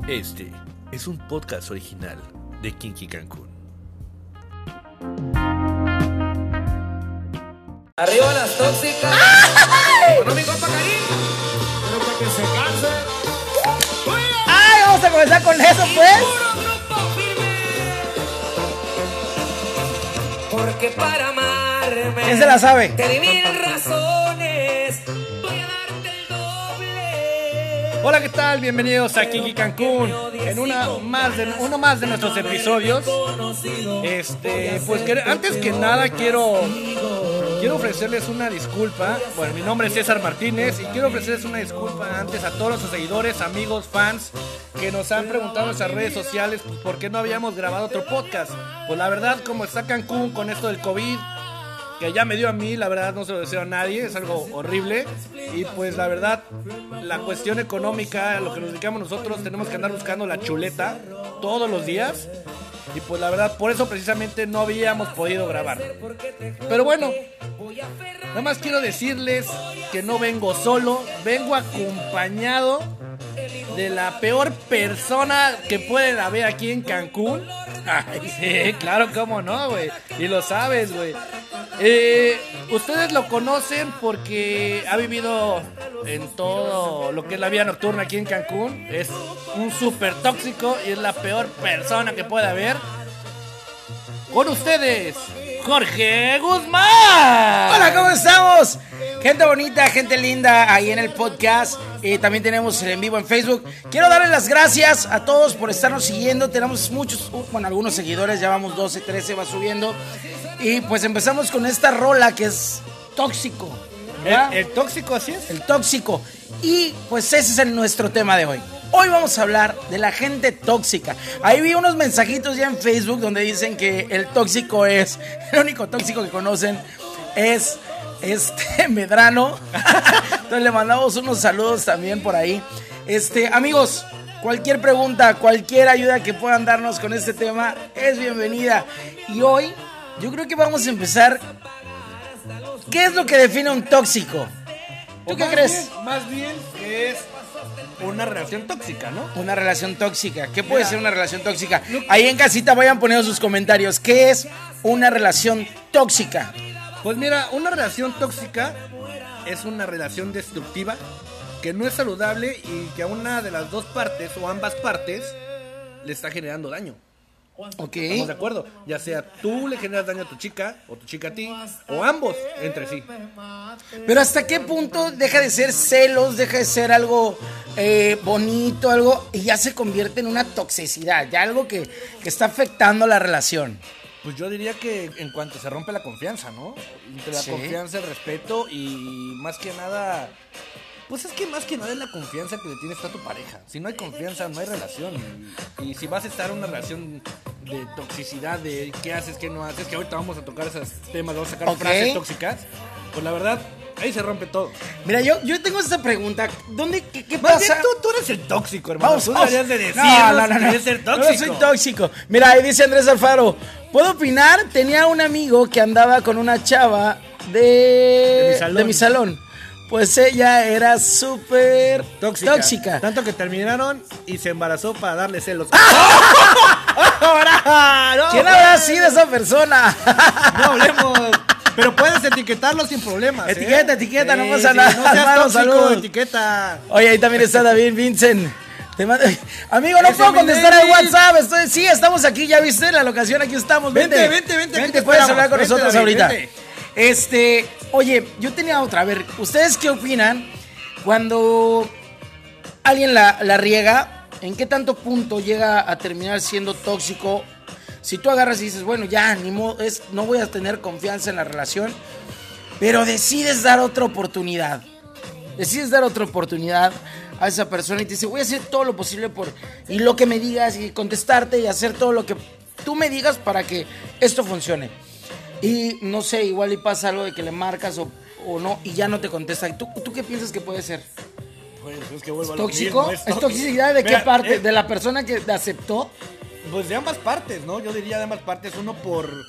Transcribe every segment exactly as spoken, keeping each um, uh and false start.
Este es un podcast original de Kinky Cancún. Arriba las tóxicas. Económico para Karim. Pero para que se canse. ¡Ay! Vamos a comenzar con eso, pues. Porque para amarme ¿Quién se la sabe? te di mil razones. Voy a darte el doble. Hola, ¿qué tal? Bienvenidos a Kinky Cancún. En una más de, uno más de nuestros episodios. Este, pues que, antes que nada quiero quiero ofrecerles una disculpa. Bueno, mi nombre es César Martínez y quiero ofrecerles una disculpa antes a todos nuestros seguidores, amigos, fans que nos han preguntado en nuestras redes sociales pues, por qué no habíamos grabado otro podcast. Pues la verdad, como está Cancún con esto del COVID, que ya me dio a mí, la verdad no se lo deseo a nadie, es algo horrible. Y pues la verdad, la cuestión económica, lo que nos dedicamos nosotros, tenemos que andar buscando la chuleta todos los días. Y pues la verdad, por eso precisamente no habíamos podido grabar. Pero bueno, nada más quiero decirles que no vengo solo, vengo acompañado de la peor persona que pueden haber aquí en Cancún. Ay, sí, claro, cómo no, güey. Y lo sabes, güey. Eh, ustedes lo conocen porque ha vivido en todo lo que es la vida nocturna aquí en Cancún. Es un súper tóxico y es la peor persona que puede haber. Con ustedes, Jorge Guzmán. Hola, ¿cómo estamos? Gente bonita, gente linda ahí en el podcast. Eh, también tenemos el en vivo en Facebook. Quiero darles las gracias a todos por estarnos siguiendo. Tenemos muchos, bueno, algunos seguidores, ya vamos doce, trece, va subiendo. Y pues empezamos con esta rola que es tóxico. ¿El, el tóxico así es? El tóxico. Y pues ese es el, nuestro tema de hoy. Hoy vamos a hablar de la gente tóxica. Ahí vi unos mensajitos ya en Facebook donde dicen que el tóxico es, el único tóxico que conocen es este Medrano. Entonces le mandamos unos saludos también por ahí. Este, amigos, cualquier pregunta, cualquier ayuda que puedan darnos con este tema es bienvenida. Y hoy yo creo que vamos a empezar. ¿Qué es lo que define un tóxico? ¿Tú O qué más crees? bien- más bien es una relación tóxica, ¿no? Una relación tóxica. ¿Qué puede ser una relación tóxica? Ahí en casita vayan poniendo sus comentarios. ¿Qué es una relación tóxica? Pues mira, una relación tóxica es una relación destructiva que no es saludable y que a una de las dos partes o ambas partes le está generando daño. Ok. ¿Estamos de acuerdo? Ya sea tú le generas daño a tu chica o tu chica a ti o ambos entre sí. Pero ¿hasta qué punto deja de ser celos, deja de ser algo eh, bonito, algo y ya se convierte en una toxicidad, ya algo que, que está afectando la relación? Pues yo diría que en cuanto se rompe la confianza, ¿no? Entre la Sí. confianza, el respeto y más que nada... Pues es que más que nada es la confianza que le tienes a tu pareja. Si no hay confianza, no hay relación. Y, y si vas a estar en una relación de toxicidad, de qué haces, qué no haces, que ahorita vamos a tocar esos temas, vamos a sacar Ok. frases tóxicas, pues la verdad, ahí se rompe todo. Mira, yo, yo tengo esta pregunta. ¿Dónde, qué, qué Más pasa? bien tú, tú eres el tóxico, hermano. Vamos, tú vamos. deberías de decirnos No, no, no, que no. eres el Yo tóxico. no soy tóxico. Mira, ahí dice Andrés Alfaro. ¿Puedo opinar? Tenía un amigo que andaba con una chava de, De mi salón. de mi salón. Pues ella era súper Tóxica. tóxica. Tanto que terminaron y se embarazó para darle celos. ¡Ahora! no, ¿Quién habrá sido esa persona? No hablemos. Pero puedes etiquetarlo sin problemas. ¿eh? Etiqueta, etiqueta, no Sí, pasa sí, nada. No seas Hermano, tóxico, saludos. etiqueta. Oye, ahí también está David Vincent. Te mando- Amigo, no Ese puedo mi contestar David. el WhatsApp. Estoy... Sí, estamos aquí, ya viste la locación, aquí estamos. Vente, Vente, vente, vente, aquí Vente, te puedes esperamos. hablar con Vente, nosotros David, ahorita. vente. Este, oye, yo tenía otra. A ver, ¿ustedes qué opinan cuando alguien la, la riega? ¿En qué tanto punto llega a terminar siendo tóxico? Si tú agarras y dices, bueno, ya, ni modo, es, no voy a tener confianza en la relación, pero decides dar otra oportunidad. Decides dar otra oportunidad a esa persona y te dice, voy a hacer todo lo posible por... Y lo que me digas y contestarte y hacer todo lo que tú me digas para que esto funcione. Y no sé, igual y pasa algo de que le marcas o, o no y ya no te contesta. ¿Tú, ¿Tú qué piensas que puede ser? Pues es que vuelvo a lo ¿Tóxico? mismo, ¿Es tóxico. toxicidad de Mira, qué parte? eh, ¿De la persona que aceptó? Pues de ambas partes, ¿no? Yo diría de ambas partes. Uno por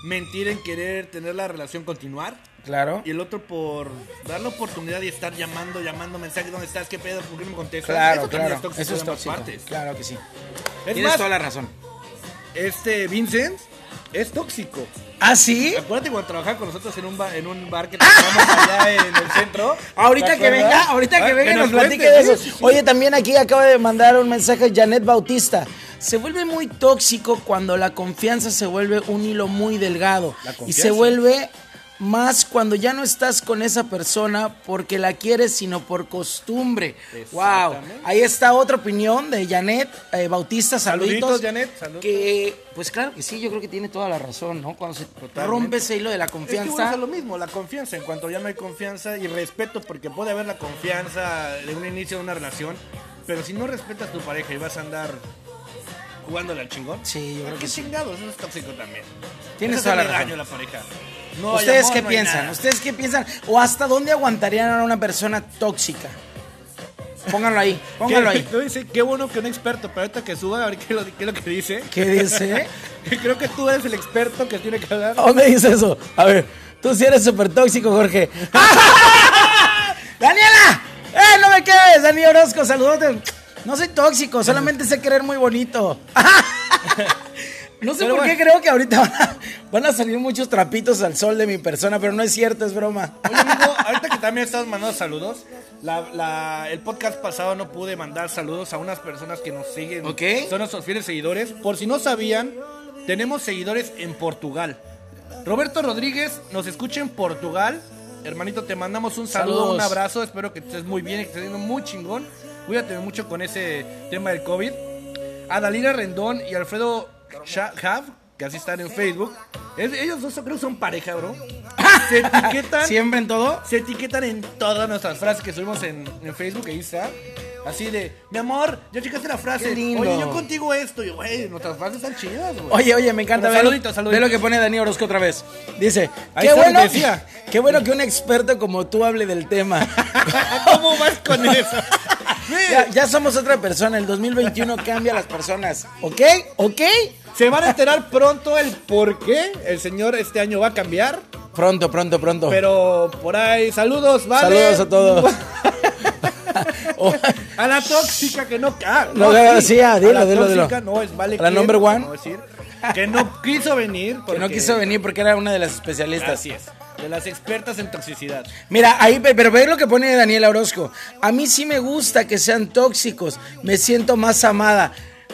mentir en querer tener la relación continuar. Claro. Y el otro por dar la oportunidad y estar llamando, llamando mensajes, ¿dónde estás? ¿Qué pedo? ¿Por qué no me contestas? Claro, Eso también claro. es tóxico Eso es de ambas tóxico. partes. Claro que sí. Es Tienes más, toda la razón. este Vincent es tóxico. ¿Ah, sí? Acuérdate cuando trabajaba con nosotros en un bar, en un bar que trabajamos allá en el centro. Ahorita ¿Te que acuerdas? venga, ahorita Ah, que venga y nos cuente, platique de sí, eso. sí, sí. Oye, también aquí acaba de mandar un mensaje Janet Bautista. Se vuelve muy tóxico cuando la confianza se vuelve un hilo muy delgado. La Y confianza. se vuelve más cuando ya no estás con esa persona porque la quieres, sino por costumbre. Wow. Exactamente. Ahí está otra opinión de Janet eh, Bautista. Saluditos. Saluditos, Janet, saludos. Que, pues claro que sí, yo creo que tiene toda la razón, ¿no? Cuando se Totalmente. rompe ese hilo de la Es que confianza. bueno, es lo mismo, la confianza. En cuanto ya no hay confianza y respeto, porque puede haber la confianza de un inicio de una relación, pero si no respetas a tu pareja y vas a andar jugándole al chingón, Sí, yo creo ¿qué que sí. chingados? Eso es tóxico también. Tienes Eso toda la hace razón. daño a la pareja. No hay ¿Ustedes amor, qué no hay piensan? nada. ¿Ustedes qué piensan? ¿O hasta dónde aguantarían a una persona tóxica? Pónganlo ahí, pónganlo ¿Qué, ahí. tú dices, qué bueno que un experto, pero ahorita que suba a ver qué, lo- qué es lo que dice. ¿Qué dice? Creo que tú eres el experto que tiene que hablar. ¿Dónde dice eso? A ver, tú sí eres súper tóxico, Jorge. ¡Daniela! ¡Eh, no me quedes! Dani Orozco, saludote. No soy tóxico, solamente sé querer muy bonito. No sé Pero por qué bueno. creo que ahorita van a, van a salir muchos trapitos al sol de mi persona, pero no es cierto, es broma. Oye, amigo, ahorita que también estamos mandando saludos, la, la- el podcast pasado no pude mandar saludos a unas personas que nos siguen. Ok. Son nuestros fieles seguidores. Por si no sabían, tenemos seguidores en Portugal. Roberto Rodríguez nos escucha en Portugal. Hermanito, te mandamos un saludo, Saludos. un abrazo. Espero que estés muy bien y que estés yendo muy chingón. Cuídate mucho con ese tema del COVID. A Dalila Rendón y Alfredo Shahab, que así están en Facebook. Es- ellos dos creo que son pareja, bro. Se etiquetan. ¿Siempre en todo? Se etiquetan en todas nuestras frases que subimos en, en Facebook e Insta. Así de, mi amor, ya checaste la frase. Qué lindo. Oye, yo contigo esto. Y, güey, nuestras frases están chidas, güey. Oye, oye, me encanta. Pero Ve lo- saludito, saludito. Ve lo que pone Dani Orozco otra vez. Dice, Ahí qué está, bueno, decía. qué bueno que un experto como tú hable del tema. ¿Cómo vas con eso? ya, ya somos otra persona. El dos mil veintiuno cambia a las personas. ¿Ok? ¿Ok? Se van a enterar pronto el por qué el señor este año va a cambiar. Pronto, pronto, pronto. Pero por ahí, saludos, vale. Saludos a todos. Oh, A la tóxica que no. Ah, No, no, sí, ah, dilo, a la dilo, dilo. tóxica no es vale. A la quién, number one. no decir, que no quiso venir. que Porque... no quiso venir porque era una de las especialistas. Así es. De las expertas en toxicidad. Mira, ahí, pe- pero ve lo que pone Daniela Orozco. A mí sí me gusta que sean tóxicos. Me siento más amada.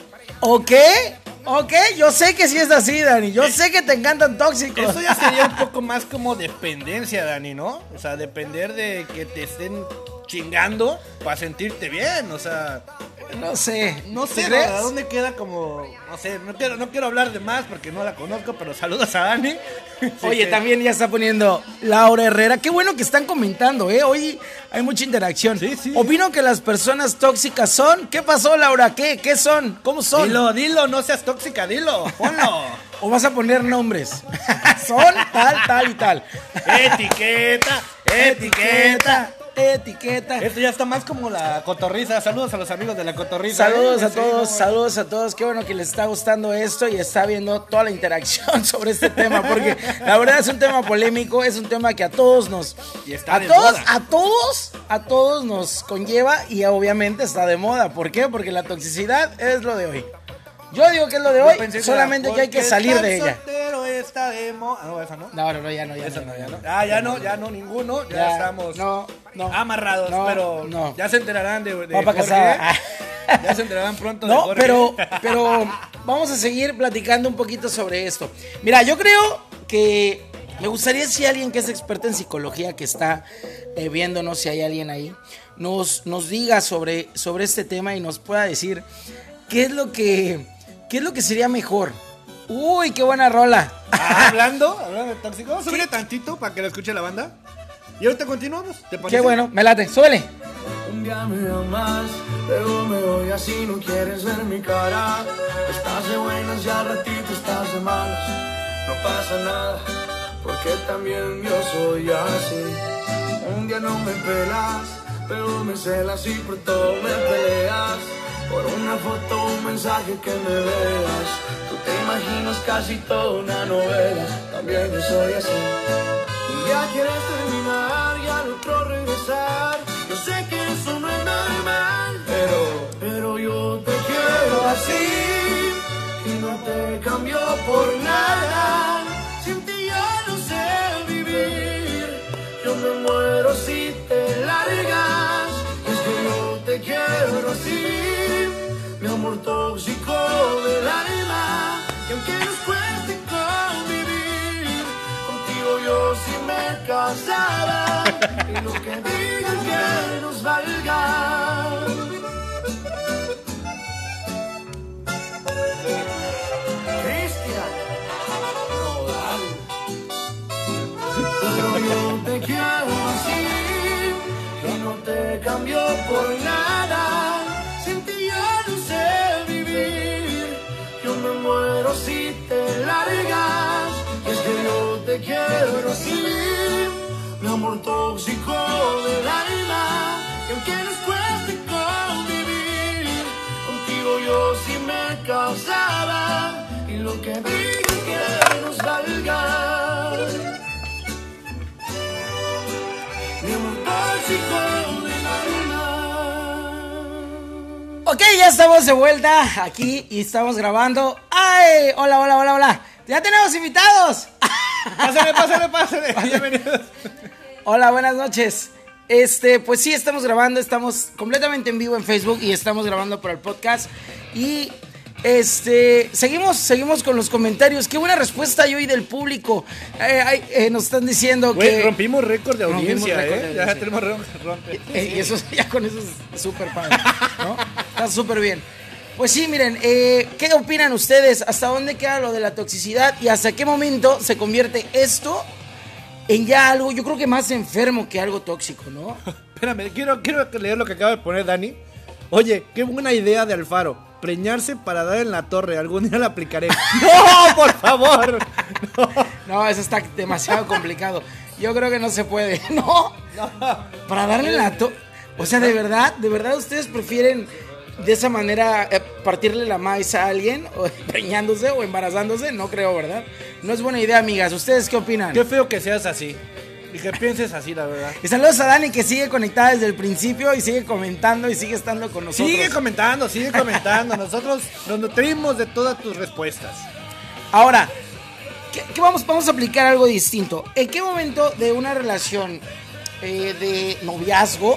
¿Ok? ¿Ok? Yo sé que sí es así, Dani. Yo sé que te encantan tóxicos. Eso ya sería un poco más como dependencia, Dani, ¿no? O sea, depender de que te estén chingando para sentirte bien. O sea, No sé. no ¿Tú sé, crees? ¿a dónde queda como? No sé, no quiero, no quiero hablar de más porque no la conozco, pero saludos a Dani. Oye, Sí, también ya está poniendo Laura Herrera. Qué bueno que están comentando, ¿eh? Hoy hay mucha interacción. Sí, sí. Opino que las personas tóxicas son. ¿Qué pasó, Laura? ¿Qué? ¿Qué son? ¿Cómo son? Dilo, dilo, no seas tóxica, dilo, ponlo. ¿O vas a poner nombres? son tal, tal y tal. Etiqueta, etiqueta. Etiqueta. Esto ya está más como la cotorriza. Saludos a los amigos de la cotorriza. Saludos ¿eh? a Sí, todos, ¿cómo? saludos a todos. Qué bueno que les está gustando esto y está viendo toda la interacción sobre este tema, porque la verdad es un tema polémico, es un tema que a todos nos, Y está a de todos, moda. a todos, a todos nos conlleva y obviamente está de moda. ¿Por qué? Porque la toxicidad es lo de hoy. Yo digo que es lo de Yo hoy, pensé solamente era que hay que porque salir estar de ella. soltero está de mo- Ah, no, esa no. No, no, no, ya no, ya Esa no, no, ya ya no. no. Ah, ya no, ya no, ninguno. Ya, Ya, estamos no, no. amarrados, No, pero no. ya se enterarán de, de Papa Jorge. casada. Ya se enterarán pronto de No, Jorge. pero, pero vamos a seguir platicando un poquito sobre esto. Mira, yo creo que me gustaría si alguien que es experto en psicología, que está eh, viéndonos, si hay alguien ahí, nos, nos diga sobre, sobre este tema y nos pueda decir qué es lo que, qué es lo que sería mejor. Uy, qué buena rola. Ah, hablando, hablando de tóxico, vamos a subirle tantito para que lo escuche la banda. Y ahorita continuamos, ¿te parece? Qué bueno, me late, súbele. Un día me amas, luego me voy así, no quieres ver mi cara. Estás de buenas y al ratito estás de malas. No pasa nada, porque también yo soy así. Un día no me pelas, pero me celas y por todo me peleas. por una foto, un mensaje que me veas. Tú te imaginas casi toda una novela, también yo soy así. Un día quieres terminar y al otro regresar. Yo sé que eso no es normal, pero, pero yo te quiero así y no te cambio por nada. Sin ti yo no sé vivir, yo me muero si te largas. Es que yo te quiero así, mi amor tóxico del alma. Y aunque nos cueste convivir, contigo yo sí me casaba. Y lo que digan que nos valga. Cristian Nodal. Pero yo te quiero así y no te cambio por nada. Sin ti yo no sé vivir, yo me muero si te largas. Es que yo te quiero así, mi amor tóxico del alma. Y aunque nos cueste convivir, contigo yo sí me casaba. Y lo que digan que nos valga. Mi amor tóxico del alma. Ok, ya estamos de vuelta aquí y estamos grabando. ¡Ay! Hola, hola, hola, hola. Ya tenemos invitados. Pásale, pásale, pásale. Bienvenidos. Hola, buenas noches. Este, pues sí, estamos grabando, estamos completamente en vivo en Facebook y estamos grabando para el podcast. Y este, seguimos, seguimos con los comentarios. Qué buena respuesta hay hoy del público. Eh, ay, eh, nos están diciendo Güey, que rompimos récord de Rompimos audiencia, récord ¿eh? de Ya audiencia. tenemos re- rompe. Eh, y eso ya con eso es súper padre, ¿no? Está súper bien. Pues sí, miren, eh, ¿qué opinan ustedes? ¿Hasta dónde queda lo de la toxicidad? ¿Y hasta qué momento se convierte esto en ya algo, yo creo que más enfermo que algo tóxico, ¿no? Espérame, quiero, quiero leer lo que acaba de poner Dani. Oye, qué buena idea de Alfaro. Preñarse para dar en la torre. Algún día la aplicaré. ¡No, por favor! No. No, eso está demasiado complicado. Yo creo que no se puede, ¿no? Para darle la to... O sea, de verdad, de verdad ustedes prefieren de esa manera eh, partirle la maíz a alguien, o preñándose o embarazándose, no creo, ¿verdad? No es buena idea, amigas. ¿Ustedes qué opinan? Qué feo que seas así. Y que pienses así, la verdad. Y saludos a Dani, que sigue conectada desde el principio y sigue comentando y sigue estando con nosotros. Sigue comentando, sigue comentando. Nosotros nos nutrimos de todas tus respuestas. Ahora, ¿qué, qué vamos, vamos a aplicar algo distinto? ¿En qué momento de una relación eh, de noviazgo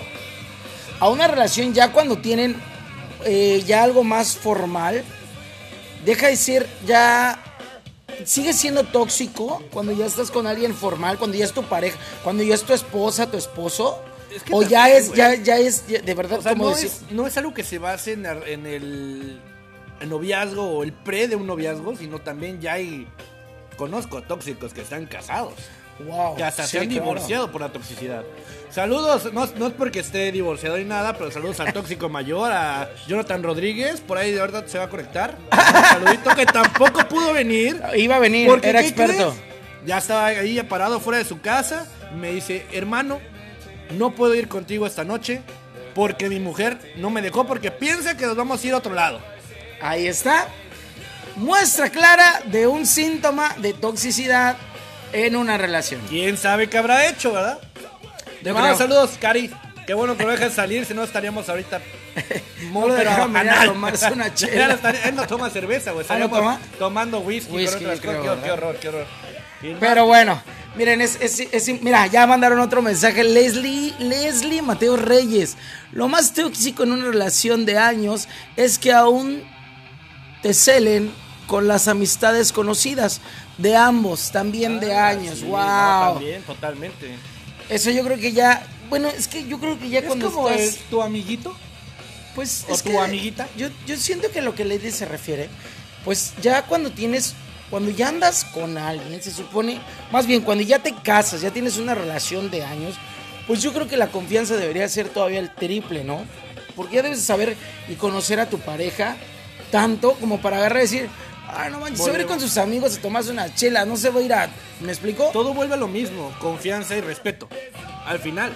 a una relación ya cuando tienen eh, ya algo más formal, deja de ser ya... ¿Sigue siendo tóxico cuando ya estás con alguien formal, cuando ya es tu pareja, cuando ya es tu esposa, tu esposo? Es que o también, ya es, güey. ya, ya es, ya- de verdad, O sea, como no decir... es, no es algo que se base en, el- en el, el noviazgo o el pre de un noviazgo, sino también ya hay... Conozco tóxicos que están casados. Wow, Que hasta sí, se han claro. divorciado por la toxicidad. Saludos, no, no es porque esté divorciado ni nada, pero saludos al tóxico mayor, a Jonathan Rodríguez, por ahí de verdad se va a conectar. Un saludito que tampoco pudo venir. Iba a venir, Porque, era ¿qué experto. crees? Ya estaba ahí parado fuera de su casa. Me dice, hermano, no puedo ir contigo esta noche porque mi mujer no me dejó porque piensa que nos vamos a ir a otro lado. Ahí está. Muestra clara de un síntoma de toxicidad en una relación. ¿Quién sabe qué habrá hecho, verdad? Le Yo mando creo. saludos, Cari. Qué bueno que lo dejas salir, si no estaríamos ahorita... No lo pero dejaron venir a anal. tomarse una chela. Ya no estaría- él no toma cerveza, güey. ¿Ah, no Estaríamos toma? tomando whisky, Whisky, con otras creo, cosas. Qué, qué ¿verdad? horror, qué horror. Y más- Pero bueno, miren, es, es- es- mira, ya mandaron otro mensaje. Leslie, Leslie Mateo Reyes. Lo más tóxico en una relación de años es que aún te celen con las amistades conocidas de ambos, también de Ah, años. sí, Wow. no, también, totalmente. Eso yo creo que ya, bueno, es que yo creo que ya ¿Es cuando como estás, el- tu amiguito? pues o es tu que amiguita? Yo, yo siento que lo que Lady se refiere, pues ya cuando tienes, cuando ya andas con alguien, se supone, más bien cuando ya te casas, ya tienes una relación de años, pues yo creo que la confianza debería ser todavía el triple, ¿no? Porque ya debes saber y conocer a tu pareja tanto como para agarrar y decir, ah, no manches, se va a ir con sus amigos a tomarse una chela, no se va a ir a, ¿me explico? Todo vuelve a lo mismo, confianza y respeto. Al final.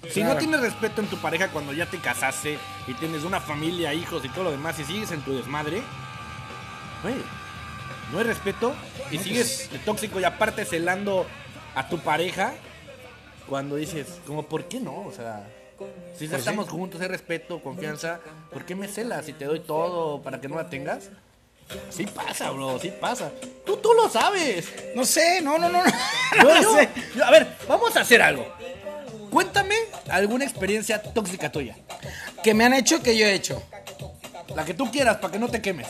Si Claro. no tienes respeto en tu pareja cuando ya te casaste y tienes una familia, hijos y todo lo demás y sigues en tu desmadre, güey, no hay respeto y sigues de tóxico y aparte celando a tu pareja cuando dices, como, ¿por qué no? O sea, si ya estamos juntos, hay respeto, confianza, ¿por qué me celas si te doy todo para que no la tengas? Sí pasa, bro, sí pasa. Tú, tú lo sabes. No sé, no, no, no. no. Yo, No yo- sé. yo- a ver, vamos a hacer algo. Cuéntame alguna experiencia tóxica tuya. Que me han hecho, que yo he hecho. La que tú quieras, para que no te quemes.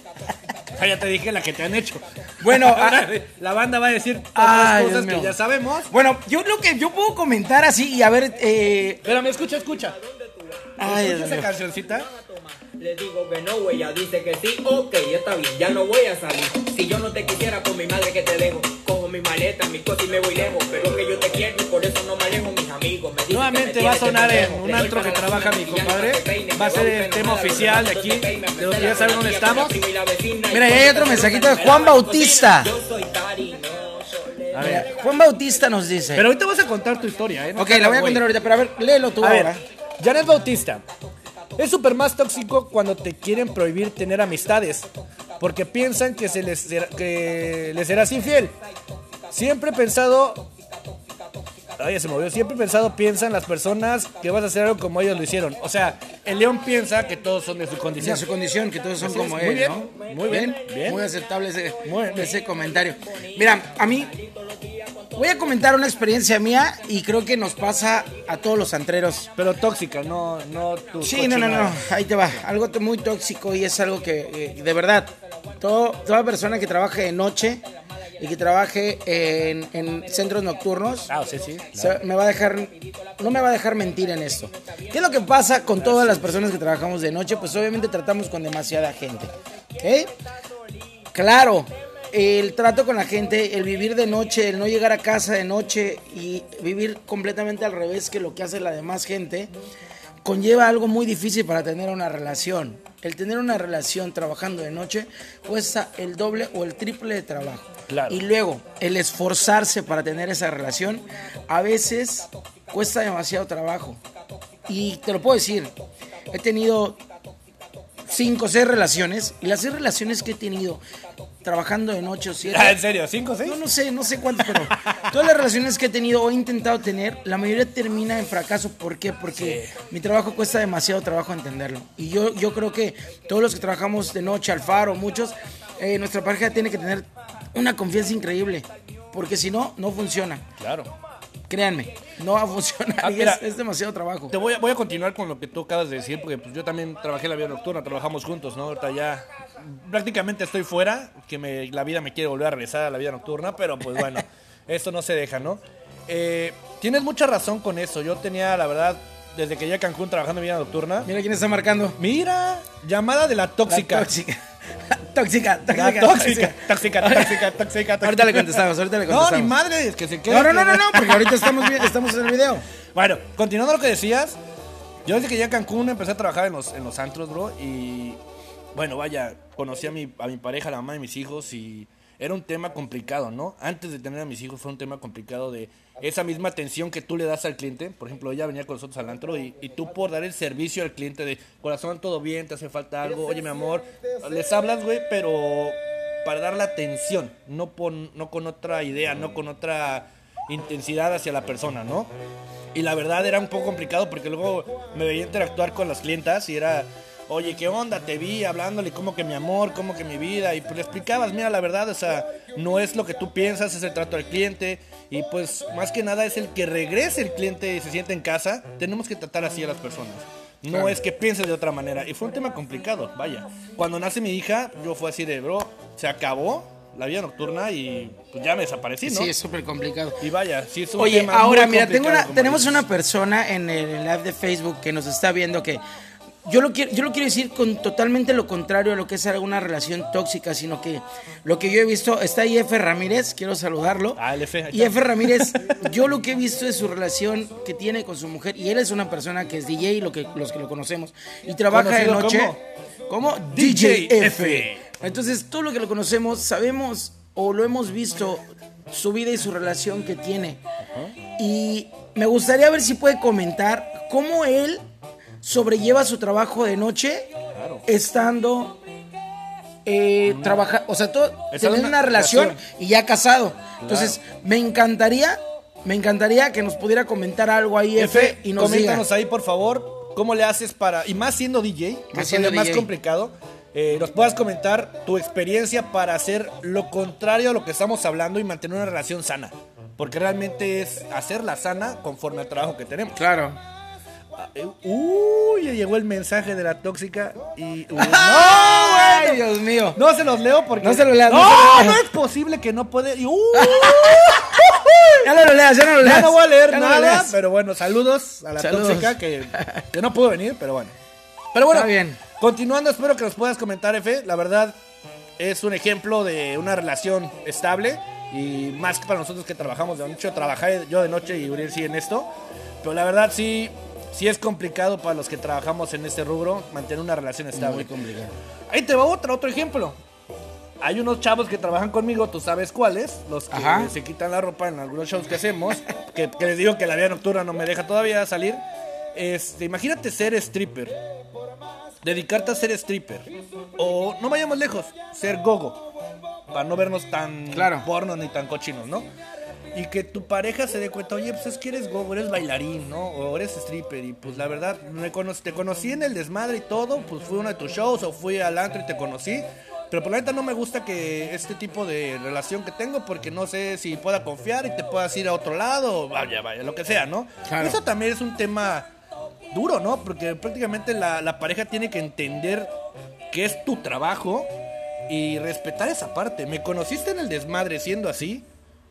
Ah, ya te dije la que te han hecho. Bueno, Ahora, ah, la banda va a decir otras Ay, cosas Dios que mío. ya sabemos. Bueno, yo lo que yo puedo comentar así y a ver, eh... Espérame, escucha, escucha. Ay, Escucha Dios esa mío. cancioncita. Le digo que no, ella dice que sí, ok, está bien, ya no voy a salir. Si yo no te quisiera, por mi madre que te dejo. Cojo mi maleta, mi cosa y me voy lejos. Pero que yo te quiero y por eso no me alejo, mis amigos. Me dicen Nuevamente que me va a tienes sonar de en pendejo. un Le doy antro que para la trabaja cima, mi y ya no compadre. te peines, Va a me ser voy el a tema nada, oficial de pero aquí, cuando te peines, de los que me ya saben dónde la estamos. prima y la vecina, y Mira, todo y hay otro se mensajito de me Juan da la Bautista. cocina. Yo soy cariñoso, le A ver. Juan Bautista nos dice. Pero ahorita vas a contar tu historia, ¿eh? No ok, te la voy a hagas, güey. contar ahorita, pero a ver, léelo tú A ahora. ver, Janet Bautista. Es súper más tóxico cuando te quieren prohibir tener amistades, porque piensan que, se les, será- que les serás infiel. Siempre he pensado... Ay, ya se movió. Siempre he pensado, piensan las personas que vas a hacer algo como ellos lo hicieron. O sea, el león piensa que todos son de su De condición. su condición, que todos son Así es, como muy él, bien, ¿no? muy bien, bien. Muy aceptable ese, Muy bien. ese comentario. Mira, a mí voy a comentar una experiencia mía y creo que nos pasa a todos los antreros. Pero tóxica, no, no tu Sí, no, no, no, ahí te va. Algo t- muy tóxico y es algo que, eh, de verdad, todo, toda persona que trabaje de noche y que trabaje en, en centros nocturnos, Ah, sí, sí. se- me va a dejar, no me va a dejar mentir en esto. ¿Qué es lo que pasa con todas las personas que trabajamos de noche? Pues obviamente tratamos con demasiada gente. ¿Ok? Claro, el trato con la gente, el vivir de noche, el no llegar a casa de noche y vivir completamente al revés que lo que hace la demás gente, conlleva algo muy difícil para tener una relación. El tener una relación trabajando de noche cuesta el doble o el triple de trabajo. Claro. Y luego, el esforzarse para tener esa relación, a veces cuesta demasiado trabajo. Y te lo puedo decir, he tenido cinco o seis relaciones, y las seis relaciones que he tenido trabajando de noche o siete... Ah, ¿en serio? ¿Cinco, seis? No, no sé, no sé cuántas, pero todas las relaciones que he tenido o he intentado tener, la mayoría termina en fracaso. ¿Por qué? Porque mi trabajo cuesta demasiado trabajo entenderlo. Y yo, yo creo que todos los que trabajamos de noche al faro, muchos, eh, nuestra pareja tiene que tener una confianza increíble. Porque si no, no funciona. Claro. Créanme, no va a funcionar. Ah, y mira, es, es demasiado trabajo. Te voy a, voy a continuar con lo que tú acabas de decir, porque pues, yo también trabajé en la vida nocturna, trabajamos juntos, ¿no? Ahorita ya prácticamente estoy fuera, que me, la vida me quiere volver a regresar a la vida nocturna, pero pues bueno, esto no se deja, ¿no? Eh, tienes mucha razón con eso. Yo tenía, la verdad, desde que llegué a Cancún trabajando en vida nocturna. Mira quién está marcando. Mira, llamada de la tóxica. La tóxica. tóxica, tóxica. La tóxica, tóxica, tóxica, tóxica. Ahorita le contestamos, ahorita le No, contestamos. ni madre, es que se quede. No, no, no, no, no, porque ahorita estamos, bien, estamos en el video. Bueno, continuando lo que decías, yo desde que llegué a Cancún empecé a trabajar en los, en los antros, bro, y bueno, vaya, conocí a mi, a mi pareja, la mamá de mis hijos, y era un tema complicado, ¿no? Antes de tener a mis hijos fue un tema complicado de esa misma atención que tú le das al cliente. Por ejemplo, ella venía con nosotros al antro y, y tú por dar el servicio al cliente de corazón, todo bien, te hace falta algo, oye mi amor, les hablas, güey, pero para dar la atención, no, pon, no con otra idea, no con otra intensidad hacia la persona, ¿no? Y la verdad era un poco complicado porque luego me veía interactuar con las clientas y era, oye, ¿qué onda? Te vi hablándole como que mi amor, como que mi vida. Y pues le explicabas, mira, la verdad, o sea, no es lo que tú piensas, es el trato al cliente. Y pues más que nada es el que regrese el cliente y se siente en casa. Tenemos que tratar así a las personas. No Claro. es que pienses de otra manera. Y fue un tema complicado, vaya. Cuando nace mi hija, yo fue así de, bro, se acabó la vida nocturna y pues ya me desaparecí, ¿no? Sí, es súper complicado. Y vaya, sí es un Oye, tema ahora muy mira, tengo complicado, una, como tenemos dices. una persona en el live de Facebook que nos está viendo que yo lo quiero, yo lo quiero decir con totalmente lo contrario a lo que es alguna relación tóxica, sino que lo que yo he visto, está ahí F. Ramírez, quiero saludarlo. Ah, el F, ahí Y está. F. Ramírez, yo lo que he visto es su relación que tiene con su mujer, y él es una persona que es D J, lo que, los que lo conocemos, y trabaja de ¿Conocido noche como? como D J D J F. F. Entonces, todo lo que lo conocemos, sabemos o lo hemos visto, su vida y su relación que tiene. Y me gustaría ver si puede comentar cómo él sobrelleva su trabajo de noche Claro. estando eh, trabaja, o sea, todo, Estando teniendo en una una relación relación. y ya casado. Entonces, me encantaría, me encantaría que nos pudiera comentar algo ahí, F, F, y nos diga. coméntanos ahí, por favor, cómo le haces para, y más siendo D J, que Más es siendo todavía más D J. complicado, eh, nos puedas comentar tu experiencia para hacer lo contrario a lo que estamos hablando y mantener una relación sana. Porque realmente es hacerla sana conforme al trabajo que tenemos. Claro. Eh, Uy, ya llegó el mensaje de la tóxica y... Uy, ¡Ay, no, Dios mío! no se los leo porque... No se los leas, no No, se los leas. no es posible que no puede... y, uy, Ya no lo leas, ya no lo leas. ya no voy a leer Ya no lo nada, leas. pero bueno, saludos a la Saludos. tóxica que, que no pudo venir, pero bueno. Pero bueno, Está bien. continuando, espero que nos puedas comentar, Efe. La verdad, es un ejemplo de una relación estable y más que para nosotros que trabajamos de noche. Trabajé yo de noche y Uriel sí en esto. Pero la verdad, sí, sí es complicado para los que trabajamos en este rubro mantener una relación estable. Muy complicado. Ahí te va otra, otro ejemplo. Hay unos chavos que trabajan conmigo, tú sabes cuáles, los que Ajá. se quitan la ropa en algunos shows que hacemos, que, que les digo que la vida nocturna no me deja todavía salir. Este, imagínate ser stripper, dedicarte a ser stripper, o no vayamos lejos, ser gogo, para no vernos tan Claro. pornos ni tan cochinos, ¿no? Y que tu pareja se dé cuenta, oye, pues es que eres gogo, eres bailarín, ¿no? O eres stripper, y pues la verdad, me cono- te conocí en el desmadre y todo, pues fui a uno de tus shows, o fui al antro y te conocí. Pero por la neta no me gusta que este tipo de relación que tengo, porque no sé si pueda confiar y te puedas ir a otro lado, o vaya, vaya, lo que sea, ¿no? Claro. Eso también es un tema duro, ¿no? Porque prácticamente la, la pareja tiene que entender que es tu trabajo y respetar esa parte. ¿Me conociste en el desmadre siendo así?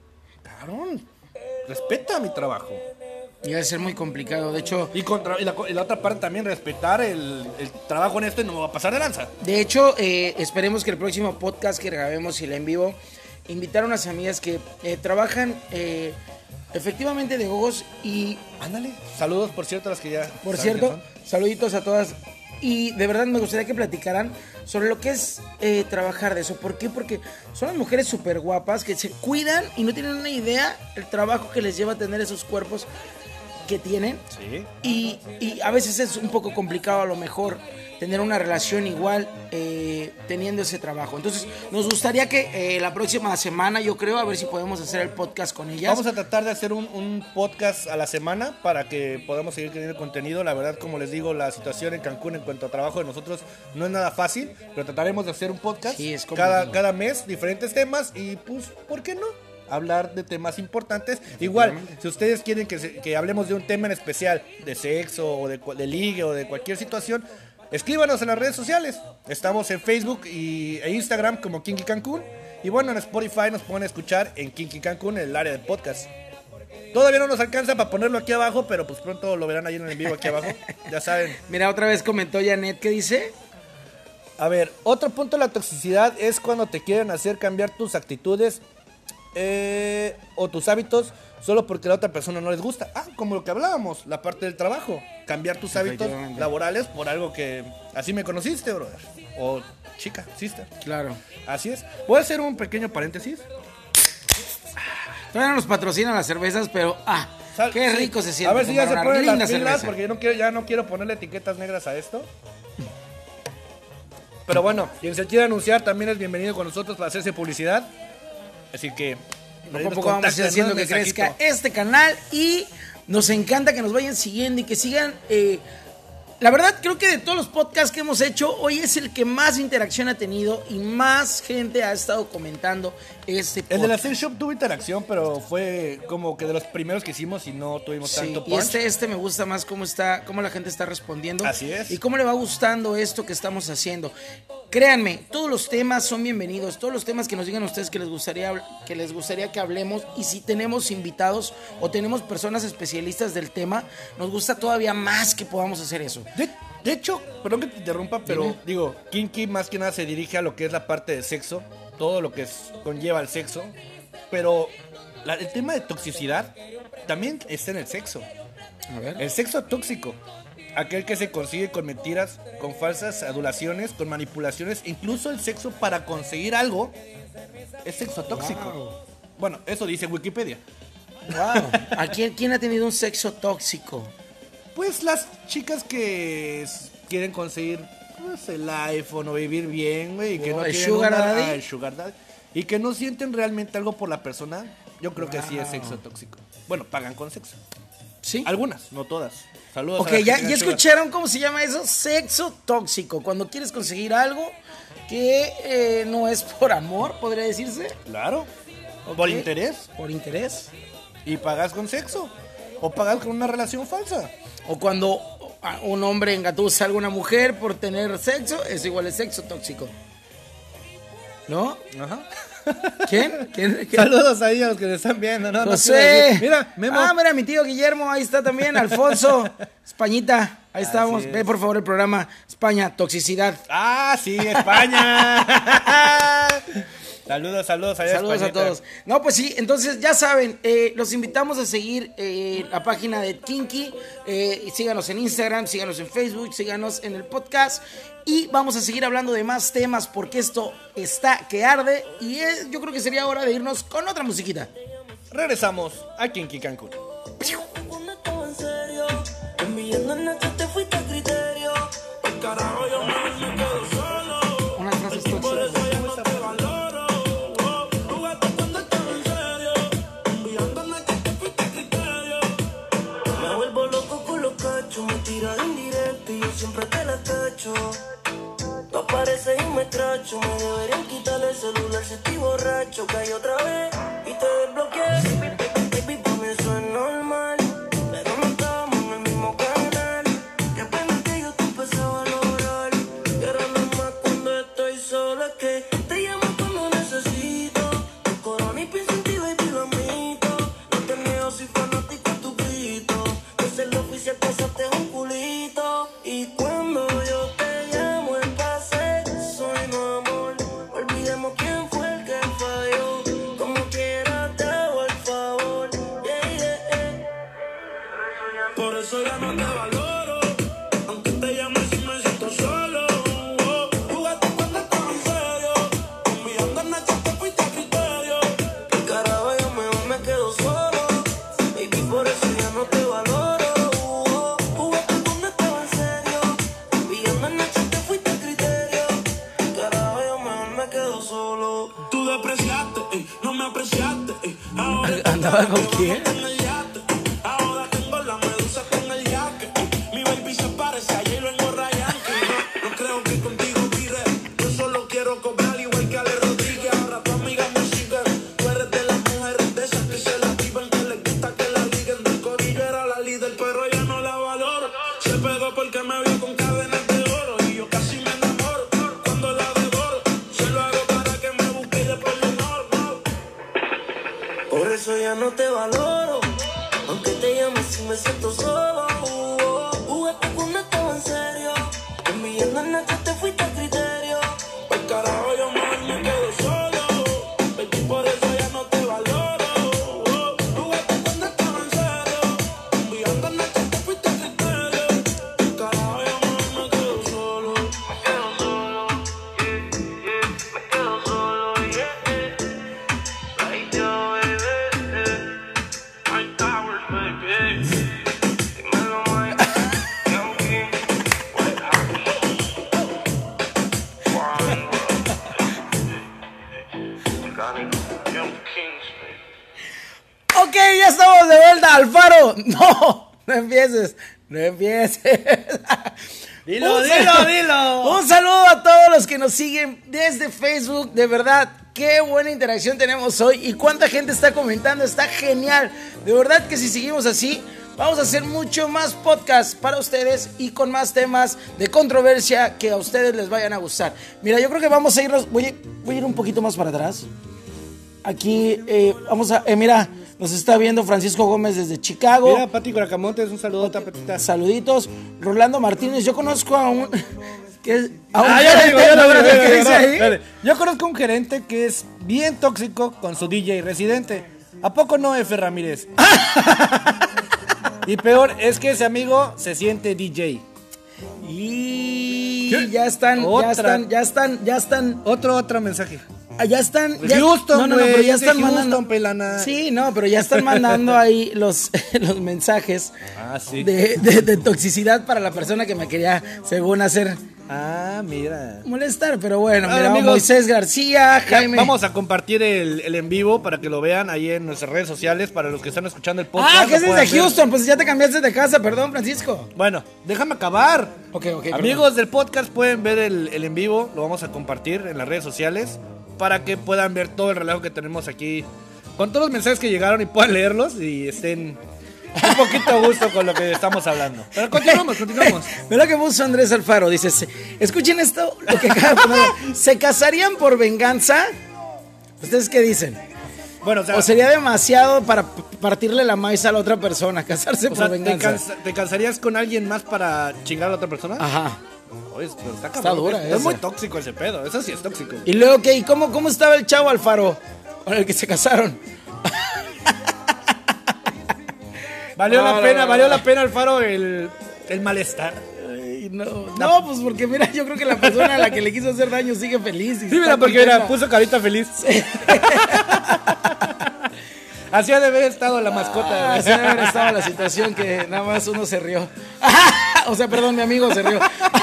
Cabrón, respeta mi trabajo. Y va a ser muy complicado. De hecho, Y, contra, y, la, y la otra parte también, respetar el, el trabajo en esto y no me va a pasar de lanza. de hecho eh, esperemos que el próximo podcast que grabemos y la en vivo, invitar a unas amigas que eh, trabajan eh, efectivamente de gogos y, Ándale. Saludos, por cierto, a las que ya... por saben cierto, quién son. saluditos a todas. Y de verdad me gustaría que platicaran sobre lo que es eh, trabajar de eso. ¿Por qué? Porque son las mujeres súper guapas que se cuidan y no tienen una idea el trabajo que les lleva a tener esos cuerpos que tienen. Sí. Y, y a veces es un poco complicado a lo mejor tener una relación igual eh, teniendo ese trabajo. Entonces nos gustaría que eh, la próxima semana, yo creo, a ver si podemos hacer el podcast con ellas. Vamos a tratar de hacer un, un podcast a la semana para que podamos seguir teniendo contenido. La verdad, como les digo, la situación en Cancún en cuanto a trabajo de nosotros no es nada fácil, pero trataremos de hacer un podcast Sí, es complicado. cada, cada mes, diferentes temas y pues, ¿por qué no? Hablar de temas importantes. Igual, si ustedes quieren que, se- que hablemos de un tema en especial, de sexo o de, cu- de ligue o de cualquier situación, escríbanos en las redes sociales. Estamos en Facebook y, e Instagram como Kinky Cancún. Y bueno, en Spotify nos pueden escuchar en Kinky Cancún, en el área de podcast. Todavía no nos alcanza para ponerlo aquí abajo, pero pues pronto lo verán ahí en el vivo aquí abajo. Ya saben. Mira, otra vez comentó Janet, ¿qué dice? A ver, otro punto de la toxicidad es cuando te quieren hacer cambiar tus actitudes eh, o tus hábitos solo porque a la otra persona no les gusta. Ah, como lo que hablábamos, la parte del trabajo. Cambiar tus hábitos Efectivamente. laborales por algo que así me conociste, brother. O chica, sister. Claro. Así es. Voy a hacer un pequeño paréntesis. Todavía no nos patrocinan las cervezas, pero ah, Sal- qué sí. rico se siente. A ver si ya se comprar ponen linda las pilas, cerveza. porque yo no quiero, ya no quiero ponerle etiquetas negras a esto. Pero bueno, quien se quiera anunciar también es bienvenido con nosotros para hacerse publicidad. Así que... Poco a poco vamos a ir contáctenos, haciendo que mensajito. crezca este canal y nos encanta que nos vayan siguiendo y que sigan. eh, la verdad, creo que de todos los podcasts que hemos hecho, hoy es el que más interacción ha tenido y más gente ha estado comentando este podcast. El de la Sex Shop tuvo interacción, pero fue como que de los primeros que hicimos y no tuvimos Sí, tanto y punch. este, este me gusta más cómo está, cómo la gente está respondiendo. Así es. Y cómo le va gustando esto que estamos haciendo. Créanme, todos los temas son bienvenidos, todos los temas que nos digan ustedes que les gustaría habl- que les gustaría que hablemos, y si tenemos invitados o tenemos personas especialistas del tema, nos gusta todavía más que podamos hacer eso. De, de hecho, perdón que te interrumpa, pero Dime. digo, Kinky más que nada se dirige a lo que es la parte de sexo, todo lo que es- conlleva el sexo, pero la- el tema de toxicidad también está en el sexo. A ver. El sexo tóxico, aquel que se consigue con mentiras, con falsas adulaciones, con manipulaciones, incluso el sexo para conseguir algo, es sexo tóxico. Wow. Bueno, eso dice Wikipedia. Wow. ¿A quién, quién ha tenido un sexo tóxico? Pues las chicas que s- quieren conseguir pues, el iPhone o vivir bien, güey, y que Oh, no ¿el quieren sugar una- daddy? ah, el sugar daddy, y que no sienten realmente algo por la persona, yo creo que sí es sexo tóxico. Bueno, pagan con sexo. Sí. Algunas, no todas. Saludos. Ok, a las ya, que tengan ya sugar. escucharon cómo se llama eso, sexo tóxico. Cuando quieres conseguir algo que eh, no es por amor, podría decirse, Claro. Por Ok. interés. por interés. Y pagas con sexo. O pagas con una relación falsa. O cuando a- un hombre engatusa a alguna mujer por tener sexo, eso igual es sexo tóxico. ¿No? Ajá. ¿Quién? ¿Quién? ¿Quién? Saludos ahí a los que nos están viendo, ¿no? No quiero José. decir- Mira, Memo. Ah, mira, mi tío Guillermo, ahí está también. Alfonso, Españita, ahí estamos. es. Ve por favor el programa España, toxicidad. Ah, sí, España. saludos, saludos. allá Saludos a Españita. todos. No, pues sí, entonces ya saben, eh, los invitamos a seguir eh, la página de Kinky. Eh, y síganos en Instagram, síganos en Facebook, síganos en el podcast. Y vamos a seguir hablando de más temas porque esto está que arde. Y eh, yo creo que sería hora de irnos con otra musiquita. Regresamos a Kinky Cancún. Cuando estaba en serio, enviando en noche te fuiste a criterio. El carajo yo me me quedo solo. Unas frases tóxicas. Ya no te valoro. Oh, jugaste cuando estaba en serio, enviando en noche te fuiste a criterio. Me vuelvo loco con los cachos, me tiras indirecto y yo siempre te la cacho. Tú apareces y me escracho, me deberían quitar el celular si estoy borracho. Caí otra vez y te desbloqueé. Baby, por mí eso es normal, pero no estamos en el mismo canal. Qué pena que yo te empecé a valorar, y ahora nomás cuando estoy sola es que te llamo cuando necesito. Tu corona y pienso en ti, baby, lo admito. No te niego, soy fanático a tu grito. Que es el oficial que aceptes un culito. Y cuando yo te llamo en pase, soy no amor. Olvidemos quién fue el que falló. Como quiera te hago el favor. Yeah, yeah, yeah. Por eso ya no te valoro. Aunque te llame si me siento solo. Oh, jugaste cuando estaba en serio, enviando en noche te fuiste a criterio. El carajo yo mejor me quedo solo. Baby, por eso ya no te valoro. Oh, jugaste cuando estaba en serio, enviando en noche te fuiste a criterio. El carajo yo mejor me quedo solo. Tú despreciaste, ey, no me apreciaste, ey. Ahora ¿Andaba con quién? en el yate, ahora tengo la medusa con el yaque. Mi baby se parece a J-Lo en gorra yankee. No, no creo que contigo vire. Yo solo quiero cobrar igual que Ale Rodríguez. Ahora tu amiga me sigue. Tú eres de las mujeres de esas que se la viven, que les gusta que la liguen. Del corillo era la líder, pero ya no la valoro. Se pegó porque me vio con cadenas de oro y yo casi me enamoro. Cuando la devoro, se lo hago para que me busque y después lo ignoro. Por eso ya no te valoro, aunque te llames si me siento solo. Uh, oh, jugaste cuando estaba en serio, enviando en noche te fuiste a criterio. Por carajo yo mejor me quedo solo, baby, por eso ya no te valoro. Oh, jugaste cuando estaba en serio, enviando en noche te fuiste a criterio. Por carajo yo mejor me quedo solo. Me quedo solo, yeah, yeah. Me quedo solo, yeah, yeah. Ay, yo, baby, yeah. My towers, baby. Dímelo, Mike. Yankee. What happened? One. Organic. Young Kings, baby. Ok, ya estamos de vuelta, Alfaro. No, no empieces, no empieces. Dilo, Un dilo, sal- dilo. Un saludo a todos los que nos siguen desde Facebook. De verdad, qué buena interacción tenemos hoy y cuánta gente está comentando. Está genial. De verdad que si seguimos así, vamos a hacer mucho más podcasts para ustedes y con más temas de controversia que a ustedes les vayan a gustar. Mira, yo creo que vamos a irnos. Voy a, voy a ir un poquito más para atrás. Aquí, eh, vamos a. Eh, mira, nos está viendo Francisco Gómez desde Chicago. Mira, Pati Coracamontes, un saludo, Patita. Saluditos. Rolando Martínez, yo conozco a un. Que es, a un Ah, ya lo digo, ya lo digo, ¿no? ya lo ¿Qué digo, dice no, ahí? dale. Yo conozco un gerente que es bien tóxico con su D J residente. ¿A poco no, F. Ramírez? Y peor es que ese amigo se siente D J. Y ¿Qué? ya están, Otra. ya están, ya están, ya están. Otro, otro mensaje. Ya están. Ya, Houston, no, no, no, güey, pero ya es de están Houston, mandando. pelana. Sí, no, pero ya están mandando ahí los, los mensajes Ah, sí. de, de, de toxicidad para la persona que me quería, según hacer Ah, mira. molestar. Pero bueno, Ah, mira, amigos, Moisés García, Ya Jaime. vamos a compartir el, el en vivo para que lo vean ahí en nuestras redes sociales para los que están escuchando el podcast. Ah, que es lo desde puedan ver. Houston. Pues ya te cambiaste de casa, perdón, Francisco. Bueno, déjame acabar. Ok, ok. perdón. Amigos del podcast pueden ver el, el en vivo, lo vamos a compartir en las redes sociales para que puedan ver todo el relajo que tenemos aquí con todos los mensajes que llegaron y puedan leerlos y estén un poquito a gusto con lo que estamos hablando. Pero continuamos, continuamos. Ve lo que puso Andrés Alfaro. Dice: se- escuchen esto, lo que acaba de poner. ¿Se casarían por venganza? ¿Ustedes qué dicen? Bueno, o sea, ¿O sería demasiado para p- partirle la maíz a la otra persona, casarse o por sea, ¿te, venganza? cansa- ¿te cansarías con alguien más para chingar a la otra persona? Ajá. Oye, pero está, Está cabrón, dura es, esa. es muy tóxico ese pedo, eso sí es tóxico. Y luego, ¿qué? ¿Y cómo, cómo estaba el chavo Alfaro con el que se casaron? Valió No, la no, pena, no, valió no. la pena, Alfaro, el, el malestar. Ay, no, no, pues porque mira, yo creo que la persona a la que le quiso hacer daño sigue feliz. y Sí, está mira, porque mira, contenta. puso carita feliz. Así ha de haber estado la mascota. Ah, sí, debe haber estado la situación que nada más uno se rió. O sea, perdón, mi amigo se rió.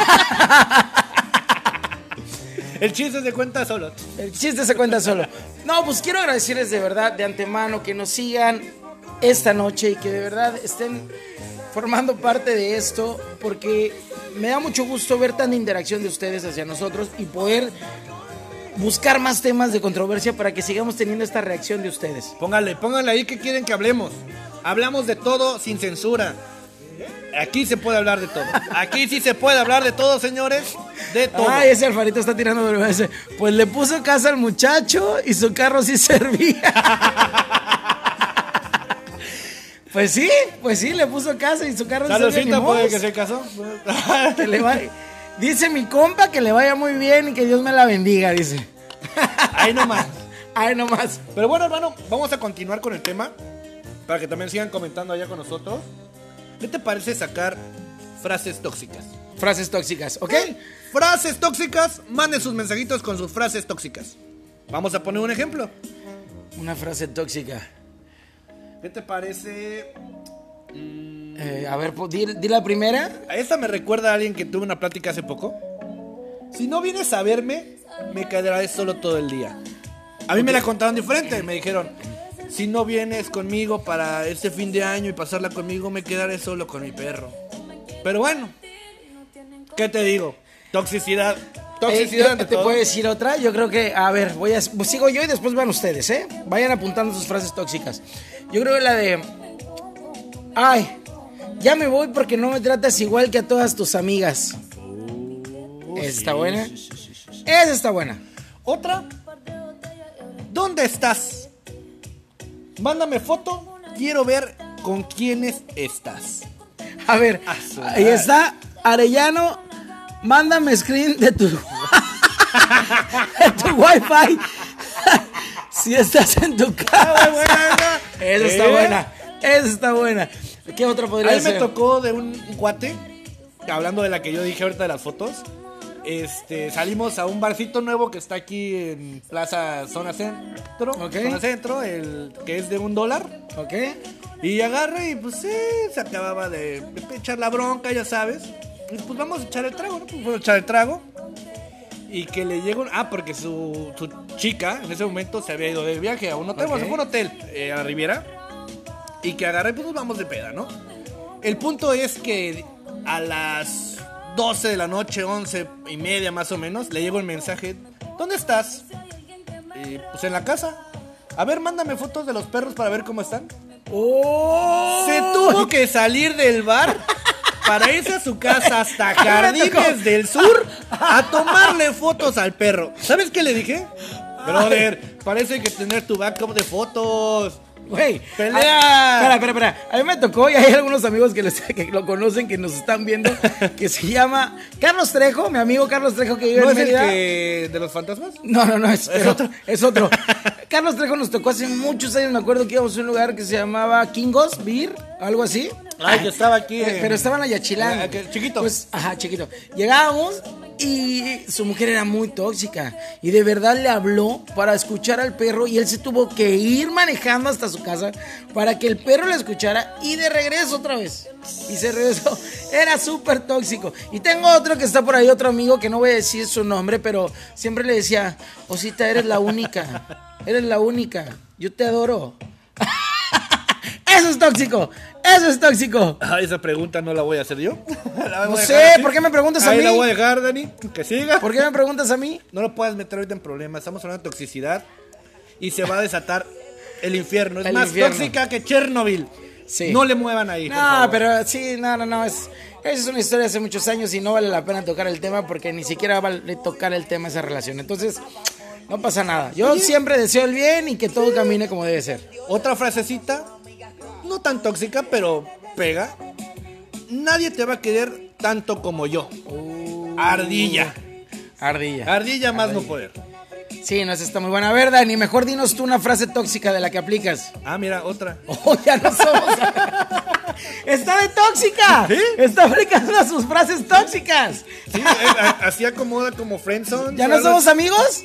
El chiste se cuenta solo. El chiste se cuenta solo. No, pues quiero agradecerles de verdad, de antemano, que nos sigan esta noche y que de verdad estén formando parte de esto, porque me da mucho gusto ver tanta interacción de ustedes hacia nosotros y poder buscar más temas de controversia para que sigamos teniendo esta reacción de ustedes. Póngale, póngale ahí que quieren que hablemos. Hablamos de todo sin censura. Aquí se puede hablar de todo. Aquí sí se puede hablar de todo, señores. De todo. Ay, ese Alfarito está tirando de ese. Pues le puso casa al muchacho y su carro sí servía. Pues sí, pues sí, le puso casa y su carro sí servía. Saludcita, ni puede modos. que se casó. Que le va- Dice mi compa que le vaya muy bien y que Dios me la bendiga, dice. Ahí nomás. Ay, nomás. Pero bueno, hermano, vamos a continuar con el tema. Para que también sigan comentando allá con nosotros. ¿Qué te parece sacar frases tóxicas? Frases tóxicas, ¿ok? Frases tóxicas, manden sus mensajitos con sus frases tóxicas. Vamos a poner un ejemplo. Una frase tóxica. ¿Qué te parece? Eh, a ver, pues, di, di la primera. A esta me recuerda a alguien que tuve una plática hace poco. Si no vienes a verme, me quedaré solo todo el día. A mí me la contaron diferente. Me dijeron, si no vienes conmigo para este fin de año y pasarla conmigo, me quedaré solo con mi perro. Pero bueno, ¿qué te digo? Toxicidad. Toxicidad Eh, ante ¿Te todo. puedo decir otra? Yo creo que, a ver, voy a, pues sigo yo y después van ustedes, ¿eh? Vayan apuntando sus frases tóxicas. Yo creo que la de, ay, ya me voy porque no me tratas igual que a todas tus amigas. Esa está buena. Esa está buena. Otra. ¿Dónde estás? Mándame foto. Quiero ver con quiénes estás. A ver, A su ahí madre. está Arellano. Mándame screen de tu, de tu wifi. Si estás en tu casa. Esa está ¿Eh? buena. Esa está buena. ¿Qué otra podría A mí ser? me tocó de un, un cuate, hablando de la que yo dije ahorita de las fotos. Este, salimos a un barcito nuevo que está aquí en Plaza Zona Centro. Ok. Zona Centro, el que es de un dólar. ¿Ok? Y agarré y pues sí, se acababa de, de echar la bronca, ya sabes. Y pues vamos a echar el trago, ¿no? Pues vamos a echar el trago. Y que le llegó un... Ah, porque su, su chica en ese momento se había ido de viaje a un hotel. Ok. Bueno, se fue a un hotel eh, a la Riviera. Y que agarré, pues nos vamos de peda, ¿no? El punto es que a las doce de la noche, once y media más o menos, le llegó el mensaje: ¿dónde estás? Y pues en la casa. A ver, mándame fotos de los perros para ver cómo están. ¡Oh! Se tuvo que salir del bar para irse a su casa hasta Jardines del Sur a tomarle fotos al perro. ¿Sabes qué le dije? Brother, parece que tener tu backup de fotos. Güey, ¡Pelea! ah, Espera, espera, espera. A mí me tocó y hay algunos amigos que, les, que lo conocen, que nos están viendo, que se llama Carlos Trejo, mi amigo Carlos Trejo que vive ¿No en es el Mérida. que de los fantasmas? No, no, no, es, ¿Es pero- otro? Es otro. Carlos Trejo nos tocó hace muchos años, me acuerdo que íbamos a un lugar que se llamaba Kingos Beer, algo así. Ay, que estaba aquí. Eh, en- Pero estaba en la Yachilán. Ah, que- chiquito. Pues, ajá, chiquito. Llegábamos Y su mujer era muy tóxica y de verdad le habló para escuchar al perro y él se tuvo que ir manejando hasta su casa para que el perro le escuchara y de regreso otra vez. Y se regresó. Era súper tóxico. Y tengo otro que está por ahí, otro amigo que no voy a decir su nombre, pero siempre le decía, Osita, eres la única, eres la única, yo te adoro. Eso es tóxico, eso es tóxico. Ah, esa pregunta no la voy a hacer yo. No sé, ¿por qué me preguntas a Ahí mí? la voy a dejar, Dani, que siga. ¿Por qué me preguntas a mí? No lo puedes meter ahorita en problemas, estamos hablando de toxicidad y se va a desatar el infierno. Es El más infierno. tóxica que Chernobyl. Sí. No le muevan ahí. por No, favor. pero sí, no, no, no, es, esa es una historia de hace muchos años y no vale la pena tocar el tema porque ni siquiera vale tocar el tema de esa relación. Entonces, no pasa nada. Yo siempre deseo el bien y que todo camine como debe ser. Otra frasecita, no tan tóxica, pero pega. Nadie te va a querer tanto como yo. Ardilla. Ardilla. Ardilla más no poder. Sí, no, esa está muy buena. A ver, Dani, mejor dinos tú una frase tóxica de la que aplicas. Ah, mira, otra. Oh, ya no somos. Está de tóxica. ¿Sí? Está aplicando sus frases tóxicas. Sí, eh, a- así acomoda como friendzone. ¿Ya no ¿sabes? somos amigos?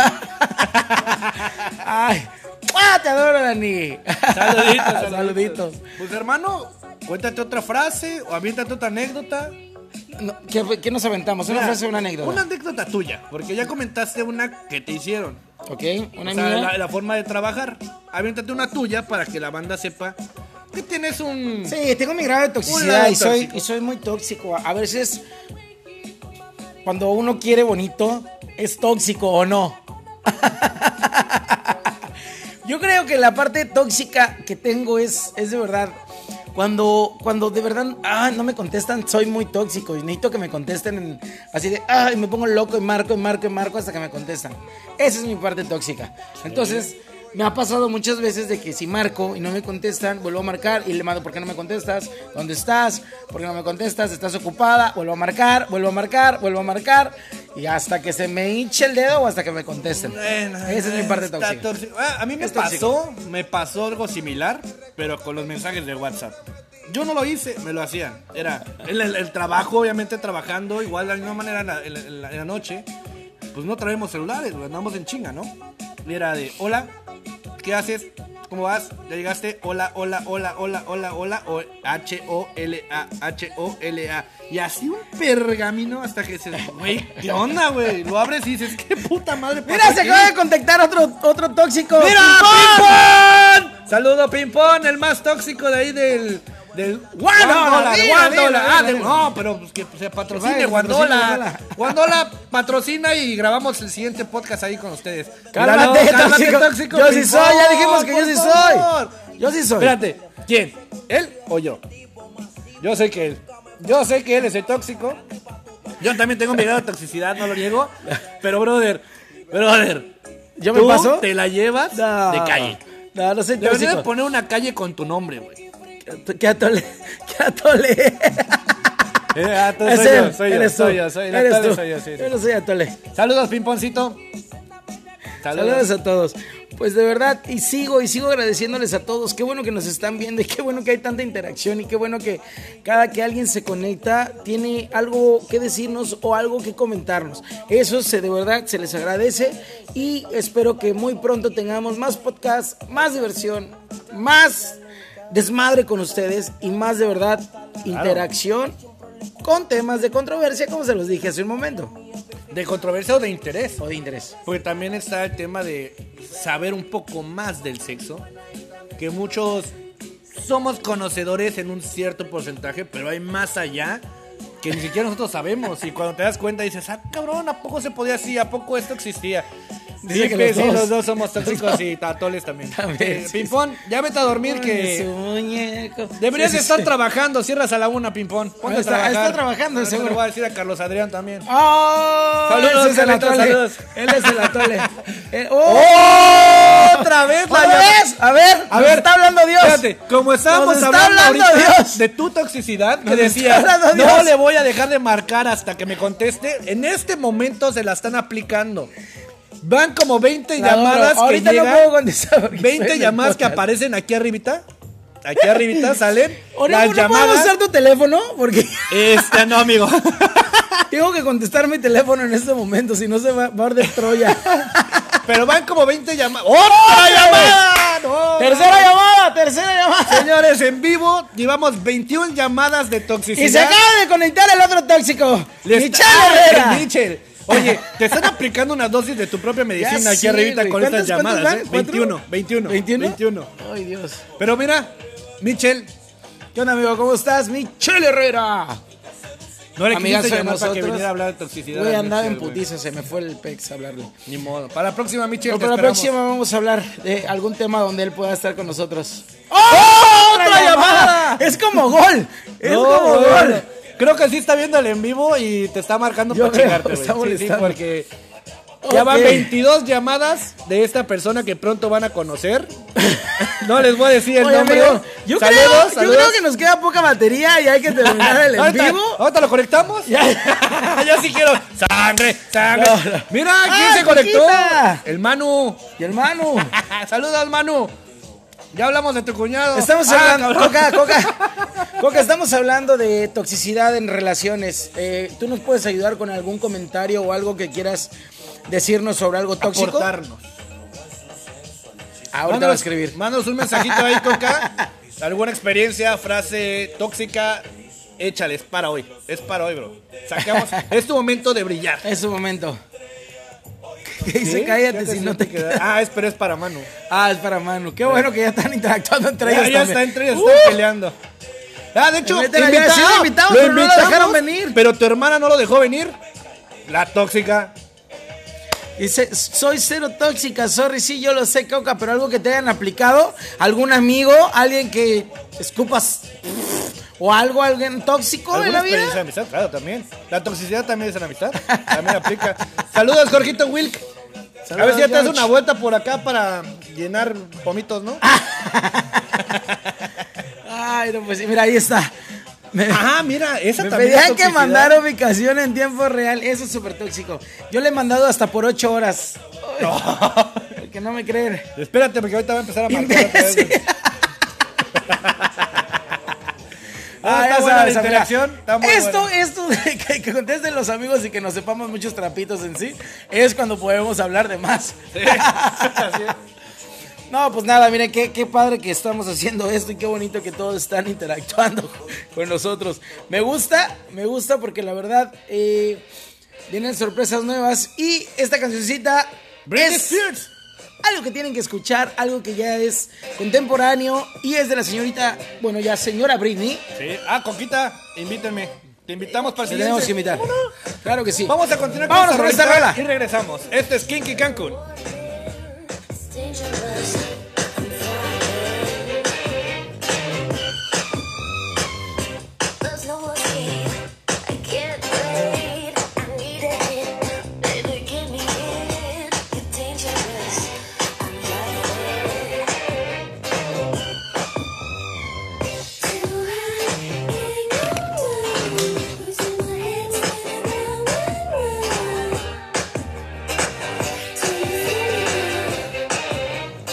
Ay, ¡ah, te adoro, Dani! Saluditos, saluditos. Saluditos. Pues hermano, cuéntate otra frase o aviéntate otra anécdota. No, ¿qué, qué nos aventamos? ¿Una Mira, frase o una anécdota? Una anécdota tuya, porque ya comentaste una que te hicieron. Ok, una O sea, mía. la, la forma de trabajar. Aviéntate una tuya para que la banda sepa que tienes un... Sí, tengo mi grado de Un toxicidad lado y soy, tóxico. y soy muy tóxico. A veces, cuando uno quiere bonito, es tóxico o no. Yo creo que la parte tóxica que tengo es, es de verdad. Cuando, cuando de verdad ah, no me contestan, soy muy tóxico y necesito que me contesten en- así de, ay, me pongo loco y marco y marco y marco hasta que me contestan. Esa es mi parte tóxica. Entonces, me ha pasado muchas veces de que si marco y no me contestan, vuelvo a marcar y le mando, ¿por qué no me contestas? ¿Dónde estás? ¿Por qué no me contestas? ¿Estás ocupada? Vuelvo a marcar, vuelvo a marcar, vuelvo a marcar y hasta que se me hinche el dedo o hasta que me contesten. Bueno, Esa es mi parte está tóxica. tóxico. Ah, a mí me Es tóxico. pasó, me pasó algo similar, pero con los mensajes de WhatsApp. Yo no lo hice, me lo hacían. Era el, el- el trabajo, obviamente trabajando, igual de la misma manera en la, en la- en la- en la noche. Pues no traemos celulares, güey, andamos en chinga, ¿no? Y era de, hola, ¿qué haces? ¿Cómo vas? ¿Ya llegaste? Hola, hola, hola, hola, hola, hola. O H O L A, H O L A. Y así un pergamino hasta que dices, güey, ¿qué onda, güey? Lo abres y dices, ¿qué puta madre pasó Mira, se aquí? acaba de contactar otro, otro tóxico. ¡Mira, ¡Pimpón! Pimpón! Saludo, Pimpón, el más tóxico de ahí del... Del Guandola, Guandola, dilo, Guandola. dilo, Ah, dilo, de- dilo. no, pero pues que se patrocine Vaya, Guandola. patrocina Guandola patrocina y grabamos el siguiente podcast ahí con ustedes. Cálmate, Míralo, tóxico. tóxico, Yo sí Pimpón, soy, ya dijimos que yo por sí favor. soy. Yo sí soy. Espérate, ¿quién? ¿Él o yo? Yo sé que él. Yo sé que él es el tóxico. Yo también tengo mi grado de toxicidad, no lo niego. Pero, brother, brother. ¿Yo me tú paso? te la llevas No. de calle. No, no soy Deberías de tóxico. poner una calle con tu nombre, güey. ¿Qué atole? ¿Qué atole? Eh, ah, tú- Es soy él, yo, soy yo, eres tú. soy yo, soy el Eres Atole, tú. soy yo, sí, sí. Yo no soy atole. Saludos, Pimponcito. Saludos a todos. Pues de verdad, y sigo y sigo agradeciéndoles a todos. Qué bueno que nos están viendo y qué bueno que hay tanta interacción y qué bueno que cada que alguien se conecta tiene algo que decirnos o algo que comentarnos. Eso se de verdad se les agradece y espero que muy pronto tengamos más podcasts, más diversión, más desmadre con ustedes y más de verdad interacción con temas de controversia, como se los dije hace un momento, ¿De controversia o de interés? o de interés. Porque también está el tema de saber un poco más del sexo. Que muchos somos conocedores en un cierto porcentaje, pero hay más allá que ni siquiera nosotros sabemos. Y cuando te das cuenta dices, ah, cabrón, ¿a poco se podía así? ¿A poco esto existía? Dice Sí, que que los sí, dos. los dos somos tóxicos y tatoles también. También, Eh, sí, Pimpón, ya vete a dormir Ay, que... su muñeco. Deberías Sí, de sí, estar sí. trabajando, cierras a la una, Pimpón. Ponte Está- a trabajar. está trabajando, Ahorita seguro. Le voy a decir a Carlos Adrián también. ¡Oh! Saludos, Ese es el Carlitos, atole. saludos. Él es el atole. Eh, ¡Oh! ¡Otra vez! la ¿Otra llamada! vez? A ver, A nos ver, está hablando Dios. Espérate, como estábamos Nos está hablando, hablando ahorita Dios. de tu toxicidad, que Nos decía, está hablando no Dios. le voy a dejar de marcar hasta que me conteste, en este momento se la están aplicando. Van como veinte La adoro. llamadas que Ahorita no llegan, puedo contestar porque estoy en veinte el llamadas que podcast. aparecen aquí arribita, aquí arribita salen Ahora, las ¿no puedo llamadas. usar tu teléfono? Porque Este, no, amigo. Tengo que contestar mi teléfono en este momento, si no se va, va a arder Troya. Pero van como veinte llamadas. ¡Otra llamada! No, Tercera llamada, tercera llamada. señores, en vivo llevamos veintiuna llamadas de toxicidad. Y se acaba de conectar el otro tóxico. Le Michelle está- Herrera. el Michel. Oye, te están aplicando una dosis de tu propia medicina Ya aquí sí, arribita güey. con ¿Cuántas- estas llamadas, cuántas ¿eh? van? ¿Cuatro? veintiuno, veintiuno, ¿veintiuno? veintiuno. Ay, Dios. Pero mira, Michel, ¿Qué onda, amigo? ¿Cómo estás? Michelle Herrera. no le Amigazo quisiste de llamar para que nosotros. viniera a hablar de toxicidad. Voy a a andar en Michel, güey. putiza, se me fue el pex a hablarle. Ni modo. Para la próxima, Michel, Pero te para la esperamos. próxima vamos a hablar de algún tema donde él pueda estar con nosotros. ¡Otra llamada! Es como gol. Es No, como bueno. gol. Creo que sí está viendo el en vivo y te está marcando Yo para creo, chingarte, güey. está Sí, sí, molestando. porque ya van Ok. veintidós llamadas de esta persona que pronto van a conocer. No les voy a decir el Oye, nombre. amigo, yo, saludos, creo, saludos. yo creo que nos queda poca batería y hay que terminar el en ahorita, vivo. ahorita lo conectamos. Ya. Yo sí quiero sangre, sangre. No, no. Mira, ¿quién ¡Ah, se conectó? Coquita! El Manu. Y hermano, Saludos, Manu. Ya hablamos de tu cuñado. estamos Ah, hablando, cabrón. Coca, Coca, Coca, estamos hablando de toxicidad en relaciones. Eh, ¿Tú nos puedes ayudar con algún comentario o algo que quieras decirnos sobre algo tóxico? Aportarnos. Ahorita voy a escribir. Mándanos un mensajito ahí, Coca. Alguna experiencia, frase tóxica. Échale, es para hoy. Es para hoy, bro. Sacamos. Es tu momento de brillar. Es su momento. ¿Qué ¿Sí? dice? Cállate Ya si no te queda- queda. Ah, es, pero es para Manu. Ah, es para Manu. Qué bueno que ya están interactuando entre Ya, ellos. ya también. está, entre ellos Uh, están peleando. Ah, de hecho, Métela, ya, invita- sí lo invitamos, lo pero no lo invitamos, dejaron venir. Pero tu hermana no lo dejó venir. La tóxica. Dice, soy cero tóxica, sorry, sí, yo lo sé, Coca, pero algo que te hayan aplicado, algún amigo, alguien que escupas o algo, alguien tóxico en ¿Alguna la vida. experiencia de amistad? Claro, también. La toxicidad también es en amistad. También aplica. Saludos, Jorgito Wilk. A Saludos, ver si ya te das George. una vuelta por acá para llenar pomitos, ¿no? Ay, no, pues sí, mira, ahí está. Me, Ajá, mira, esa me también es pedían que toxicidad. mandara ubicación en tiempo real, eso es súper tóxico. Yo le he mandado hasta por ocho horas. Ay, que no me creen. Espérate, porque ahorita va a empezar a marcar otra vez. Imbécil. Ah, Ah, está ya buena sabes, la mira, interacción. Está muy esto, buena. esto de que, que contesten los amigos y que nos sepamos muchos trapitos en sí, es cuando podemos hablar de más. Así es. No, pues nada, miren, qué, qué padre que estamos haciendo esto y qué bonito que todos están interactuando con nosotros. Me gusta, me gusta porque la verdad eh, vienen sorpresas nuevas y esta cancioncita Britney es Spears. algo que tienen que escuchar, algo que ya es contemporáneo y es de la señorita, bueno, ya señora Britney. Sí. Ah, Coquita, invítenme. Te invitamos para el Te tenemos siguiente. que invitar. Claro que sí. Vamos a continuar Vámonos con con esta esta rolita rola. y regresamos. Esto es Kinky Cancún. There's no escape. I can't wait. I need a hit. Baby, give me it. You're dangerous. I'm loving it. Too high, getting older. Losing my head, spinning round and round. Too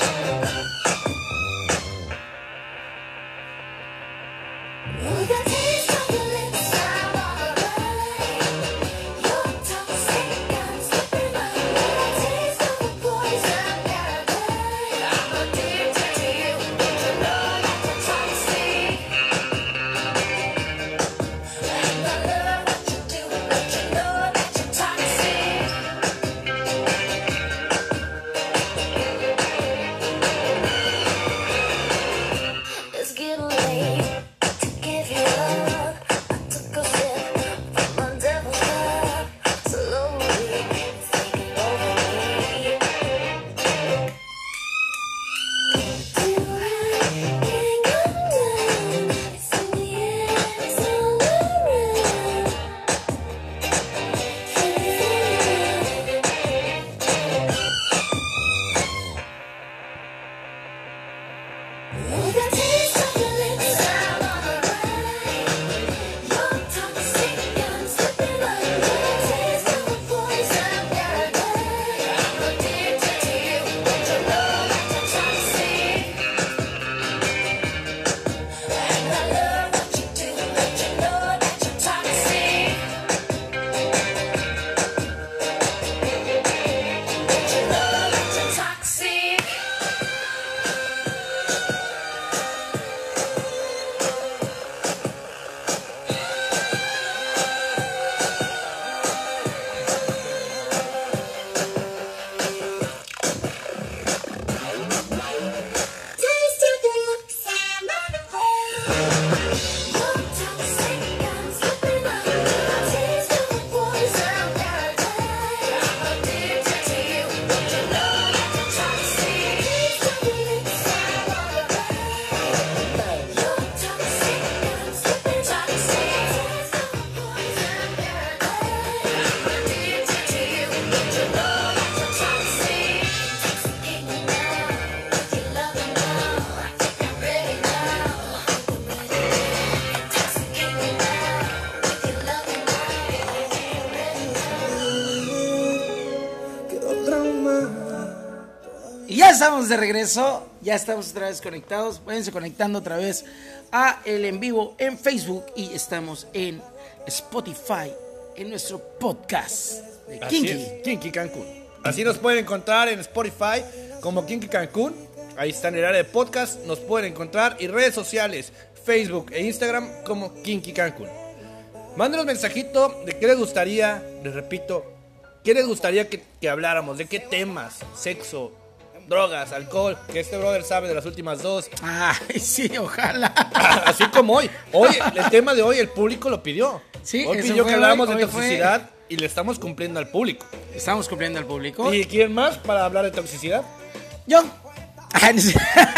estamos de regreso, ya estamos otra vez conectados. Váyanse conectando otra vez a el en vivo en Facebook y estamos en Spotify, en nuestro podcast de Así Kinky. es, Kinky Cancún. Así nos pueden encontrar en Spotify como Kinky Cancún. Ahí está en el área de podcast, nos pueden encontrar. Y redes sociales, Facebook e Instagram como Kinky Cancún. Mándenos mensajito de qué les gustaría, les repito, qué les gustaría que, que habláramos, de qué temas, sexo, drogas, alcohol, que este brother sabe de las últimas dos. Ay, sí, ojalá. Así como hoy. Hoy, el tema de hoy, el público lo pidió. Sí, hoy eso pidió fue que habláramos hoy, de hoy fue- toxicidad y le estamos cumpliendo al público. Estamos cumpliendo al público. ¿Y quién más para hablar de toxicidad? Yo. Ay, no es-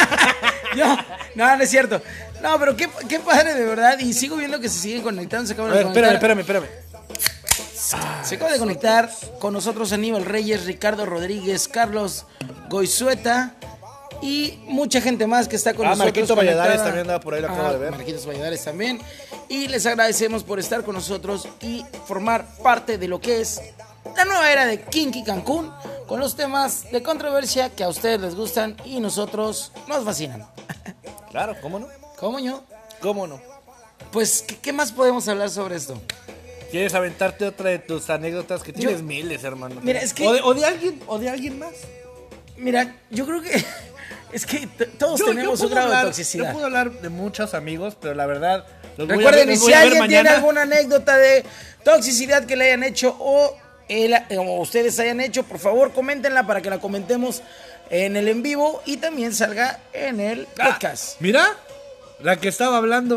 Yo. No, no es cierto. No, pero qué, qué padre de verdad. Y sigo viendo que se siguen conectando. Se A acaban ver, de espérame, conectar. espérame, espérame. Se acaba de conectar con nosotros Aníbal Reyes, Ricardo Rodríguez, Carlos Goizueta y mucha gente más que está con Ah, nosotros. Marquito Valladares conectada. también andaba por ahí, lo acabo Ah, de ver. Marquitos Valladares también. Y les agradecemos por estar con nosotros y formar parte de lo que es la nueva era de Kinky Cancún, con los temas de controversia que a ustedes les gustan y nosotros nos fascinan. Claro, ¿cómo no? ¿Cómo yo? ¿Cómo no? Pues, ¿qué, qué más podemos hablar sobre esto? ¿Quieres aventarte otra de tus anécdotas? Que tienes Yo- miles, hermano. Mira, es que- O de, o de alguien, o de alguien más. Mira, yo creo que es que t- todos Yo- tenemos yo un puedo grado hablar- de toxicidad. Yo puedo hablar de muchos amigos, pero la verdad... los voy a Recuerden, ver- y los si voy a ver alguien tiene mañana. alguna anécdota de toxicidad que le hayan hecho o, él- o ustedes hayan hecho, por favor, coméntenla para que la comentemos en el en vivo y también salga en el Ah, podcast. Mira, la que estaba hablando.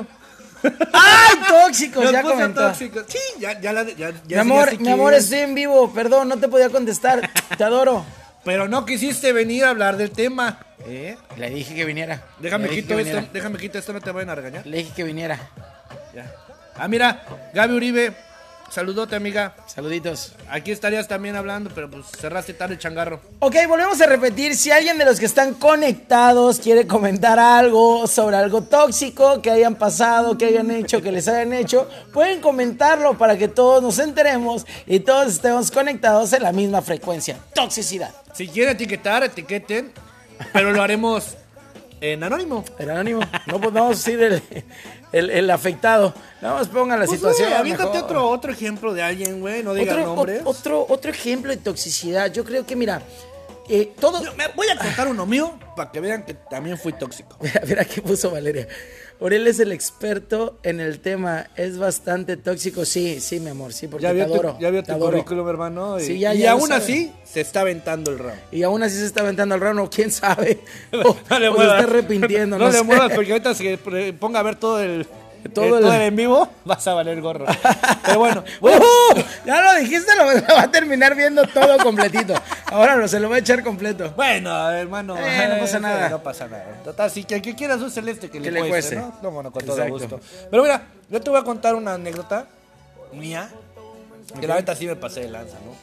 ¡Ay, tóxicos! Nos Ya puso comentó. tóxicos. Sí, ya, ya la... Ya, ya Mi amor, sí mi amor, quieres. estoy en vivo. Perdón, no te podía contestar. Te adoro. Pero no quisiste venir a hablar del tema. ¿Eh? Le dije que viniera. Déjame Le dije quito que esto, viniera. déjame quito esto, no te vayan a regañar. Le dije que viniera. Ya. Ah, mira, Gaby Uribe, saludote, amiga. Saluditos. Aquí estarías también hablando, pero pues cerraste tarde el changarro. Ok, volvemos a repetir. Si alguien de los que están conectados quiere comentar algo sobre algo tóxico que hayan pasado, que hayan hecho, que les hayan hecho, pueden comentarlo para que todos nos enteremos y todos estemos conectados en la misma frecuencia. Toxicidad. Si quieren etiquetar, etiqueten, pero lo haremos en anónimo. El anónimo. No pues vamos a decir el, el, el afectado. Nada más pongan la Pues, situación. güey, aviéntate mejor. otro, otro ejemplo de alguien, güey, no digas Otro, nombres. ot- otro, otro ejemplo de toxicidad. Yo creo que, mira, eh, todo. Yo me voy a contar uno mío para que vean que también fui tóxico. Mira, mira qué puso Valeria. Uriel es el experto en el tema. Es bastante tóxico. Sí, sí, mi amor. Sí, porque Ya te vio adoro. tu, ya vio te tu adoro. currículum, hermano. Y, Sí, ya- y ya lo aún sabe. así se está aventando el round. Y aún así se está aventando el rano. ¿Quién sabe? O, No le o se muevas. está arrepintiendo. No, No, le sé. muevas porque ahorita se pre- ponga a ver todo el, Todo eh, el- todo el en vivo, vas a valer gorro. Pero bueno, ¡Uh! bueno, Ya lo dijiste, lo, lo va a terminar viendo todo completito. Ahora no, se lo va a echar completo. bueno, hermano. Eh, no pasa eh, nada. No pasa nada. Total, si que el que quieras un celeste que, Que le le cueste, cueste. ¿no? No, bueno, con todo Exacto. gusto. Pero mira, yo te voy a contar una anécdota mía, que la neta sí me pasé de lanza, ¿no?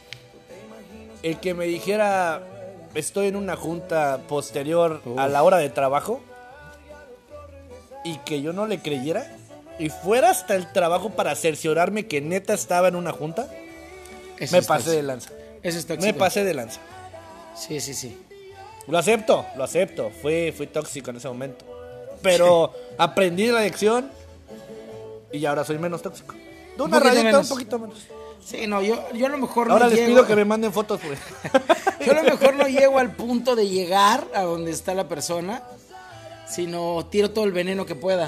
El que me dijera, estoy en una junta posterior a la hora de trabajo, y que yo no le creyera, y fuera hasta el trabajo para cerciorarme que neta estaba en una junta, Eso me es pasé tóxico. de lanza. Eso es tóxico. Me pasé de lanza. Sí, sí, sí. Lo acepto, lo acepto. Fui, fui tóxico en ese momento. Pero aprendí la lección y ahora soy menos tóxico. De una poquito rayita, menos. un poquito menos. Sí, no, yo, yo a lo mejor Ahora no les llego. pido que me manden fotos, pues. Yo a lo mejor no llego al punto de llegar a donde está la persona, sino tiro todo el veneno que pueda.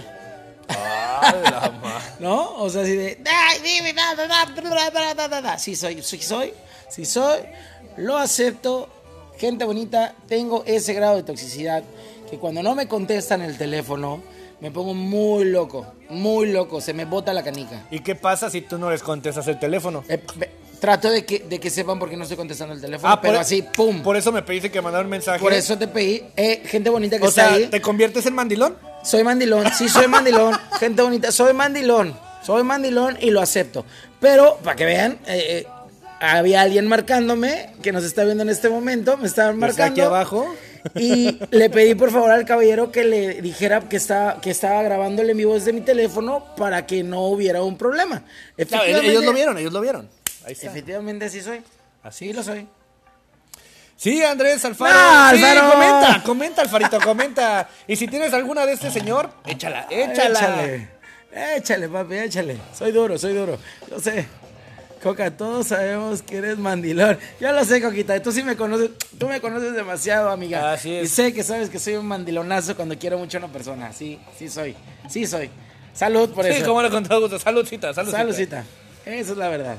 ¿No? O sea, así de. "Ay, dime, da, da, da, da, da, da, da, da". Sí soy, sí soy, sí soy, lo acepto. Gente bonita, tengo ese grado de toxicidad que cuando no me contestan el teléfono, me pongo muy loco, muy loco, se me bota la canica. ¿Y qué pasa si tú no les contestas el teléfono? Eh, ve- trato de que, de que sepan por qué no estoy contestando el teléfono, Ah, pero por- así, pum. Por eso me pediste que mandara un mensaje. Por eso te pedí, eh, gente bonita que O está sea, ahí. ¿te conviertes en mandilón? Soy mandilón, sí soy mandilón, gente bonita, soy mandilón, soy mandilón y lo acepto. Pero, para que vean, eh, eh, había alguien marcándome, que nos está viendo en este momento, me estaban Está marcando. aquí abajo. Y le pedí por favor al caballero que le dijera que estaba, que estaba grabando el en vivo desde mi teléfono para que no hubiera un problema. No, ellos lo vieron, ellos lo vieron. Ahí está. Efectivamente sí soy, Así sí lo soy. Sí, Andrés Alfaro. ¡Ah, sí, Alfaro! comenta, comenta, Alfarito, comenta. Y si tienes alguna de este señor, échala, échala. Échale, échale, papi, échale. Soy duro, soy duro. Yo sé. Coca, todos sabemos que eres mandilón. Yo lo sé, Coquita. Tú sí me conoces. Tú me conoces demasiado, amiga. Así es. Y sé que sabes que soy un mandilonazo cuando quiero mucho a una persona. Sí, sí soy. Sí soy. Salud por Sí, eso. como le con todo gusto. Saludcita, saludcita. Saludcita. Esa es la verdad.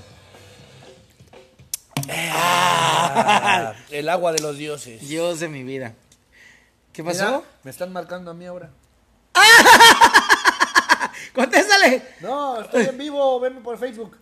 Ah, el agua de los dioses. Dios de mi vida. ¿Qué pasó? Mira, me están marcando a mí ahora. ¡Contéstale! No, estoy en vivo, venme por Facebook.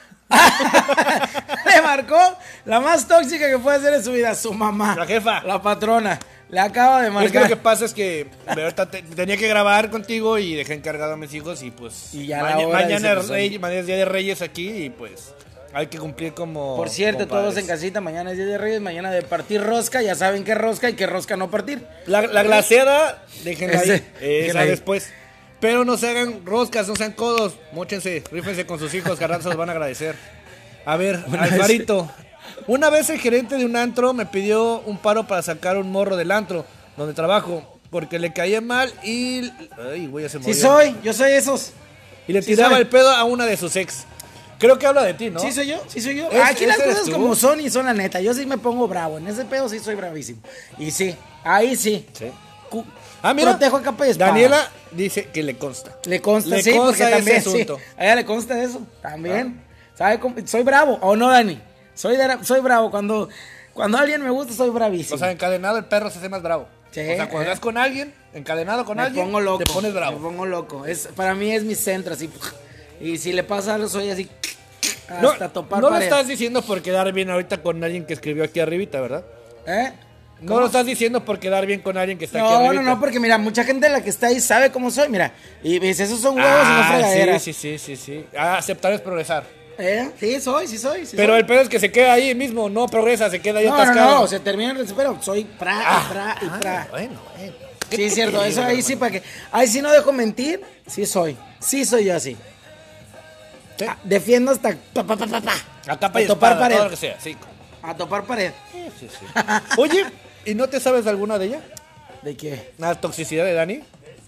Le marcó la más tóxica que puede hacer en su vida, su mamá. La jefa. La patrona. Le acaba de Es que lo que marcar. pasa es que de ahorita te- tenía que grabar contigo y dejé encargado a mis hijos y pues Y ya maña- la hora mañana, dice, es pues, rey- mañana es Día de Reyes aquí y pues hay que cumplir como Por cierto, compadres. todos en casita, mañana es Día de Reyes, mañana de partir rosca, ya saben qué rosca y qué rosca no partir. La, la glaseada, déjenla ahí, Ese, déjenla esa ahí. después. Pero no se hagan roscas, no sean codos, móchense, rífense con sus hijos, carnal, se los van a agradecer. A ver, Alvarito, una vez el gerente de un antro me pidió un paro para sacar un morro del antro donde trabajo, porque le caía mal y... Ay, güey, ya se Sí movió. soy, yo soy esos. Y le sí tiraba soy. el pedo a una de sus ex. Creo que habla de ti, ¿no? Sí soy yo, sí soy yo. ¿Es- Aquí las ese eres cosas tú? como son y son la neta. Yo sí me pongo bravo, en ese pedo sí soy bravísimo. Y sí, ahí sí. Sí. Cu- Ah, mira, Protejo a capa y espada. Daniela dice que le consta. Le consta, Le sí, consta porque ese también, sí, asunto. a ella le consta eso, también. ¿Sabe cómo? Soy bravo, ¿o no, Dani? Soy, de- soy bravo, cuando, cuando alguien me gusta soy bravísimo. O sea, encadenado el perro se hace más bravo. Sí, o sea, cuando eh. estás con alguien, encadenado con me alguien, pongo loco, te pones bravo. me pongo loco. Es, para mí es mi centro, así. Y si le pasa algo, soy así, No, hasta topar no lo pared. estás diciendo por quedar bien ahorita con alguien que escribió aquí arribita, ¿verdad? ¿Eh? No lo estás diciendo por quedar bien con alguien que está aquí No, arribita. no, no, porque mira, mucha gente la que está ahí sabe cómo soy, mira. Y dice, esos son huevos y no Ah, fregaderas. sí, sí, sí, sí, sí. Ah, aceptar es progresar. ¿Eh? Sí, soy, sí soy. Sí Pero soy. el pedo es que se queda ahí mismo, no progresa, se queda ahí No, no, atascado. no, se termina el pero soy pra y pra y pra. Ah, bueno, bueno. Sí, es cierto, eso ahí sí para que. Ahí sí no dejo mentir, sí soy. Sí soy yo así. Sí. Ah, defiendo hasta pa, pa, pa, pa, pa. A capa A y topar espada, pared. todo lo que sea, sí. A topar pared. Sí, sí. Oye, ¿y no te sabes de alguna de ella? ¿De qué? ¿La toxicidad de Dani?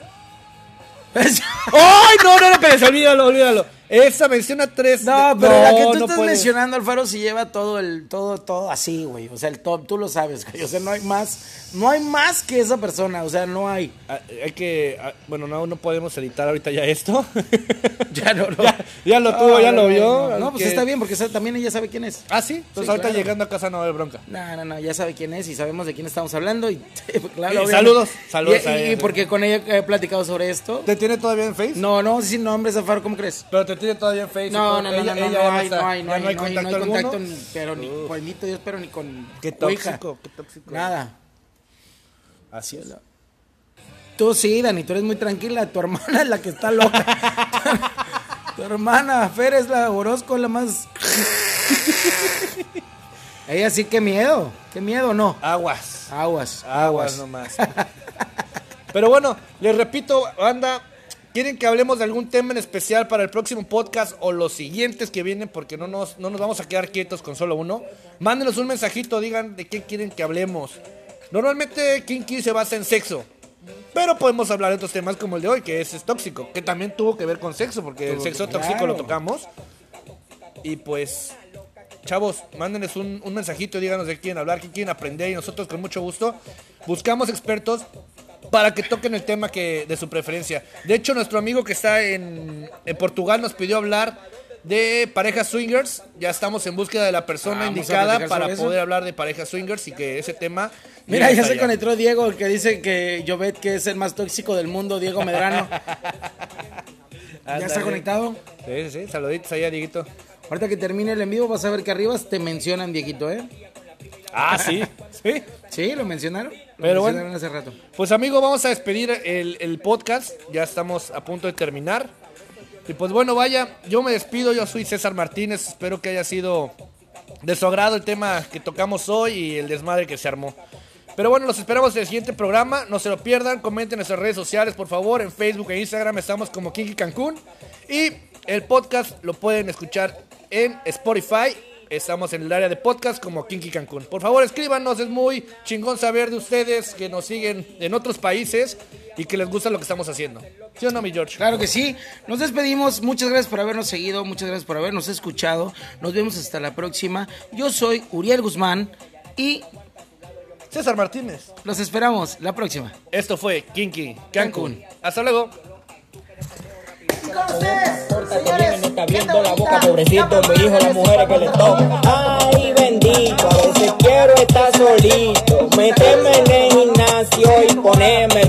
¡Ay, no, no, no, pero olvídalo, olvídalo! Esa menciona tres. No, de- pero la que tú no estás puedes. mencionando, Alfaro, sí lleva todo el, todo, todo así, güey. O sea, el top, tú lo sabes, güey. O sea, no hay más, no hay más que esa persona. O sea, no hay. Ah, hay que. ah, bueno, no, no podemos editar ahorita ya esto. Ya no, no. ya, ya lo tuvo, No, ya no, lo no, vio. No, no, pues que- está bien, porque esa- también ella sabe quién es. Ah, sí. Entonces Sí, ahorita claro. llegando a casa no va a haber bronca. No, no, no, ya sabe quién es y sabemos de quién estamos hablando. Y, claro, Y obviamente. saludos, saludos Y, a y- ella, y sí. porque con ella he platicado sobre esto. ¿Te tiene todavía en Face? No, no, sin nombres, Alfaro, ¿cómo crees? Pero te tiene todavía en Face. No, no, no, Ella- no, no, ella no, ya hay, está- no hay, no ya hay, no hay, no hay contacto contacto, alguno. ni- pero ni, Uf. bendito Dios, pero ni con Qué tu hija. tóxico, qué tóxico. Nada. Así es. Tú sí, Dani, tú eres muy tranquila, tu hermana es la que está loca. Tu hermana, Fer, es la Orozco, la más... Ella sí, qué miedo, qué miedo, no. Aguas. Aguas, Aguas nomás. Pero bueno, les repito, banda, ¿quieren que hablemos de algún tema en especial para el próximo podcast o los siguientes que vienen? Porque no nos, no nos vamos a quedar quietos con solo uno. Mándenos un mensajito, digan de qué quieren que hablemos. Normalmente Kinky se basa en sexo, pero podemos hablar de otros temas como el de hoy, que es, es tóxico, que también tuvo que ver con sexo, porque el Tuvo sexo que- tóxico claro. lo tocamos. Y pues... Chavos, mándenos un, un mensajito, díganos de qué quieren hablar, qué quieren aprender y nosotros con mucho gusto buscamos expertos para que toquen el tema que de su preferencia. De hecho, nuestro amigo que está en, en Portugal nos pidió hablar de parejas swingers. Ya estamos en búsqueda de la persona Vamos a indicada platicar para sobre eso. poder hablar de parejas swingers y que ese tema... Mira, llegue ya hasta se allá. conectó Diego, el que dice que Jovet, que es el más tóxico del mundo, Diego Medrano. ¿Ya está Ándale. conectado? Sí, sí, sí, saluditos allá, Dieguito. Ahorita que termine el en vivo vas a ver que arriba te mencionan, Dieguito, ¿eh? Ah, sí, sí. Sí, lo mencionaron. Lo Pero bueno. mencionaron hace rato. Pues amigo, vamos a despedir el, el podcast. Ya estamos a punto de terminar. Y pues bueno, vaya, yo me despido. Yo soy César Martínez. Espero que haya sido de su agrado el tema que tocamos hoy y el desmadre que se armó. Pero bueno, los esperamos en el siguiente programa. No se lo pierdan. Comenten en nuestras redes sociales, por favor. En Facebook e Instagram estamos como Kinky Cancún. Y el podcast lo pueden escuchar en Spotify, estamos en el área de podcast como Kinky Cancún. Por favor, escríbanos, es muy chingón saber de ustedes que nos siguen en otros países y que les gusta lo que estamos haciendo. ¿Sí o no, mi George? Claro que sí. Nos despedimos. Muchas gracias por habernos seguido. Muchas gracias por habernos escuchado. Nos vemos hasta la próxima. Yo soy Uriel Guzmán y César Martínez. los esperamos la próxima. Esto fue Kinky Cancún. Cancún. Hasta luego. Y con ustedes, Señores, me está viendo la boca, pobrecito, mi hijo, las mujeres que le tocan. Ay, bendito, a veces quiero estar solito, meterme en el gimnasio y ponerme